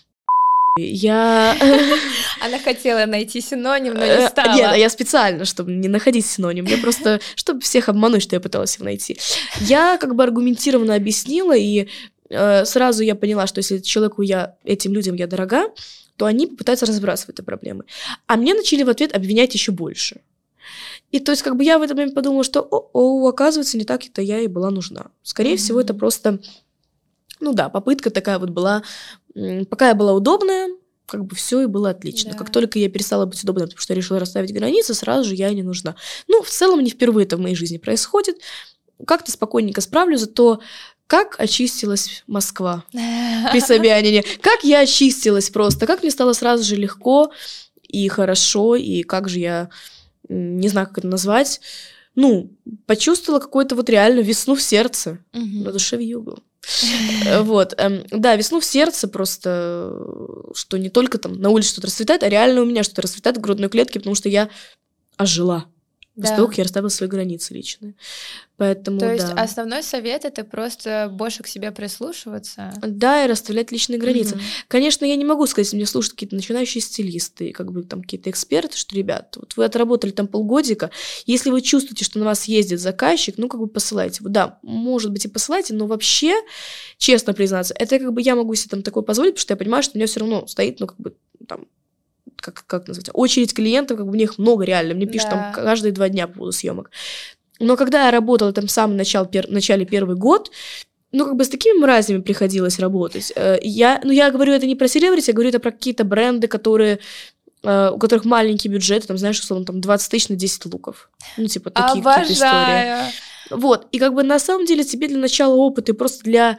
Я... Она хотела найти синоним, но не стала. Нет, я специально, чтобы не находить синоним. Я просто, чтобы всех обмануть, что я пыталась его найти. Я как бы аргументированно объяснила, и э, сразу я поняла, что если человеку я, этим людям я дорога, то они попытаются разобраться в этой проблеме. А мне начали в ответ обвинять еще больше. И то есть как бы я в этот момент подумала, что о-о, оказывается, не так это я и была нужна. Скорее mm-hmm. всего, это просто, ну да, попытка такая вот была, пока я была удобная, как бы все и было отлично. Да. Как только я перестала быть удобной, потому что я решила расставить границы, сразу же я не нужна. Ну, в целом, не впервые это в моей жизни происходит. Как-то спокойненько справлюсь, зато как очистилась Москва при Собянине, как я очистилась просто, как мне стало сразу же легко и хорошо, и как же я... не знаю, как это назвать, ну, почувствовала какую-то вот реально весну в сердце, uh-huh. на душе вьюгу. Вот, да, весну в сердце просто, что не только там на улице что-то расцветает, а реально у меня что-то расцветает в грудной клетке, потому что я ожила. После да. того, как я расставила свои границы личные. Поэтому, То есть да. основной совет — это просто больше к себе прислушиваться? Да, и расставлять личные границы. Угу. Конечно, я не могу сказать, если меня слушают какие-то начинающие стилисты, как бы там какие-то эксперты, что, ребят, вот вы отработали там полгодика, если вы чувствуете, что на вас ездит заказчик, ну, как бы посылайте. Да, может быть, и посылайте, но вообще, честно признаться, это как бы я могу себе там такое позволить, потому что я понимаю, что у меня все равно стоит, ну, как бы там, Как, как назвать, очередь клиентов, как бы у них много реально, мне пишут да. там каждые два дня по поводу съемок. Но когда я работала там в самом начале, пер, начале первый год, ну, как бы с такими мразями приходилось работать. Я, ну, я говорю это не про селебрити, я говорю это про какие-то бренды, которые, у которых маленький бюджет, там, знаешь, условно, там двадцать тысяч на десять луков. Ну, типа, такие Обожаю. какие-то истории. Вот, и как бы на самом деле тебе для начала опыта и просто для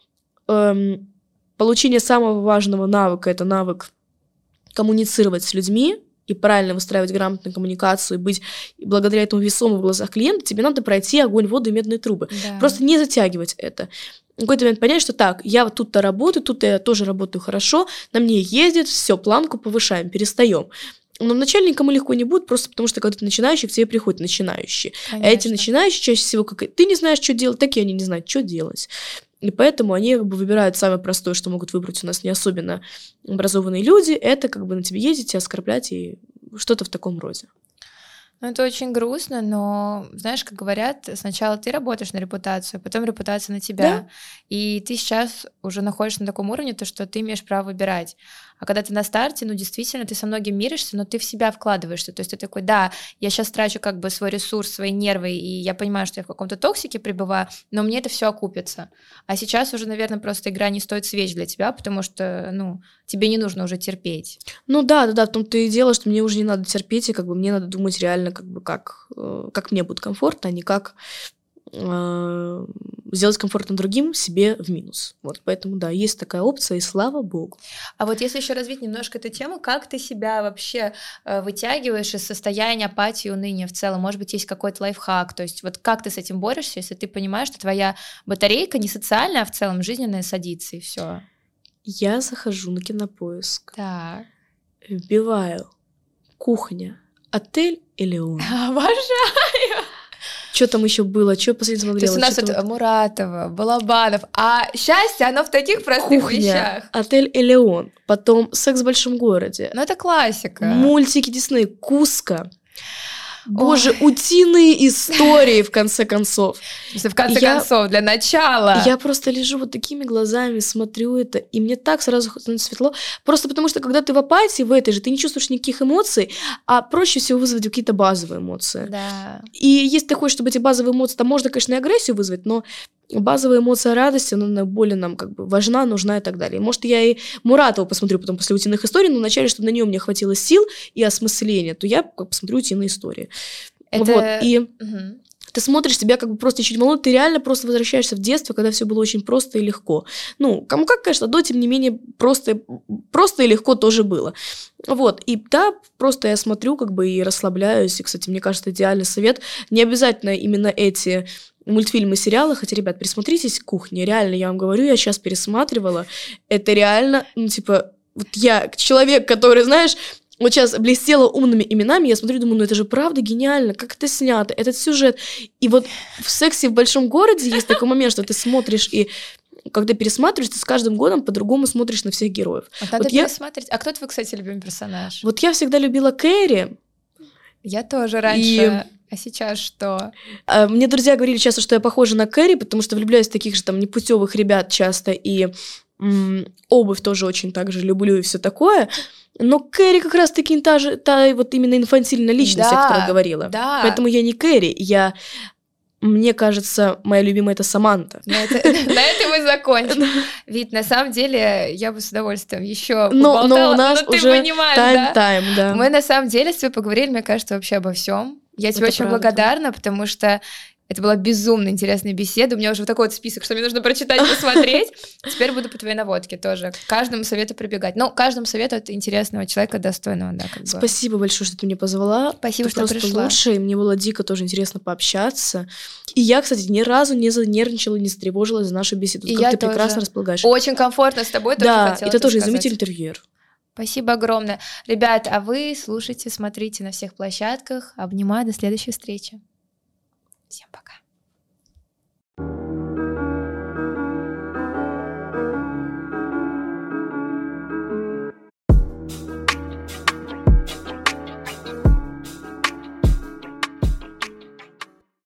эм, получения самого важного навыка, это навык коммуницировать с людьми и правильно выстраивать грамотную коммуникацию, и быть благодаря этому весомым в глазах клиента, тебе надо пройти огонь, воду и медные трубы. Да. Просто не затягивать это. В какой-то момент понять, что так, я вот тут-то работаю, тут я тоже работаю хорошо, на мне ездит, все, планку повышаем, перестаем. Но вначале никому легко не будет, просто потому что когда ты начинающий, к тебе приходят начинающие. Конечно. А эти начинающие чаще всего, как и ты не знаешь, что делать, так и они не знают, что делать. И поэтому они как бы выбирают самое простое, что могут выбрать у нас не особенно образованные люди, это как бы на тебе ездить, тебя оскорблять и что-то в таком роде. Ну, это очень грустно, но, знаешь, как говорят, сначала ты работаешь на репутацию, потом репутация на тебя. Да? И ты сейчас уже находишься на таком уровне, то, что ты имеешь право выбирать. А когда ты на старте, ну, действительно, ты со многим миришься, но ты в себя вкладываешься. То есть ты такой, да, я сейчас трачу как бы свой ресурс, свои нервы, и я понимаю, что я в каком-то токсике пребываю, но мне это все окупится. А сейчас уже, наверное, просто игра не стоит свеч для тебя, потому что, ну, тебе не нужно уже терпеть. Ну да, да, да, в том-то и дело, что мне уже не надо терпеть, и как бы мне надо думать реально, как бы как, как мне будет комфортно, а не как э, сделать комфортно другим, себе в минус. Вот, поэтому, да, есть такая опция, и слава богу. А вот если еще развить немножко эту тему, как ты себя вообще э, вытягиваешь из состояния апатии, уныния в целом? Может быть, есть какой-то лайфхак? То есть вот как ты с этим борешься, если ты понимаешь, что твоя батарейка не социальная, а в целом жизненная садится, и все? Я захожу на Кинопоиск, так. вбиваю кухня, отель Элеон. Обожаю! Что там еще было? Что я последний смотрела? То есть у нас вот Муратова, Балабанов, а счастье, оно в таких простых Кухня, вещах. Отель Элеон, потом Секс в большом городе. Ну это классика. Мультики Дисней, Куска. Боже, Ой. Утиные истории, в конце концов. В конце я, концов, для начала. Я просто лежу вот такими глазами, смотрю это, и мне так сразу становится светло. Просто потому что, когда ты в апатии, в этой же, ты не чувствуешь никаких эмоций, а проще всего вызвать какие-то базовые эмоции. Да. И если ты хочешь, чтобы эти базовые эмоции, там можно, конечно, и агрессию вызвать, но базовая эмоция радости, она более нам как бы важна, нужна и так далее. Может, я и Муратова посмотрю потом после «Утиных историй», но вначале, чтобы на нее мне хватило сил и осмысления, то я посмотрю «Утиные истории». Это... Вот, и угу. ты смотришь себя как бы просто чуть моложе, ты реально просто возвращаешься в детство, когда все было очень просто и легко. Ну, кому как, конечно, но тем не менее просто, просто и легко тоже было. Вот, и да, просто я смотрю как бы и расслабляюсь, и, кстати, мне кажется, идеальный совет, не обязательно именно эти мультфильмы, сериалы, хотя, ребят, присмотритесь к «Кухне», реально, я вам говорю, я сейчас пересматривала, это реально, ну, типа, вот я, человек, который, знаешь, вот сейчас блестела умными именами, я смотрю, думаю, ну это же правда гениально, как это снято, этот сюжет, и вот в «Сексе в большом городе» есть такой момент, что ты смотришь и когда пересматриваешь, ты с каждым годом по-другому смотришь на всех героев. Вот надо вот пересмотреть. Я... А кто твой, кстати, любимый персонаж? Вот я всегда любила Кэрри. Я тоже раньше. И... А сейчас что? Мне друзья говорили часто, что я похожа на Кэрри, потому что влюбляюсь в таких же там непутевых ребят часто, и м- обувь тоже очень так же люблю и все такое. Но Кэрри как раз-таки та же, та вот именно инфантильная личность, да, о которой говорила. Да. Поэтому я не Кэрри, я... Мне кажется, моя любимая — это Саманта. На этом мы закончим. Ведь на самом деле я бы с удовольствием еще поболтала, но у нас уже тайм-тайм, да. Мы на самом деле с тобой поговорили, мне кажется, вообще обо всем. Я тебе очень благодарна, потому что это была безумно интересная беседа. У меня уже вот такой вот список, что мне нужно прочитать, посмотреть. Теперь буду по твоей наводке тоже. Каждому совету прибегать. Ну, каждому совету от интересного человека, достойного, да, как бы. Спасибо большое, что ты меня позвала. Спасибо, ты что просто пришла. Лучше. Мне было дико тоже интересно пообщаться. И я, кстати, ни разу не занервничала, не встревожилась за нашу беседу. И как я ты тоже. Прекрасно располагаешь. Очень комфортно с тобой тоже да, хотела это тоже сказать. изумительный интервьюер. Спасибо огромное. Ребят, а вы слушайте, смотрите на всех площадках. Обнимаю, до следующей встречи. Всем пока.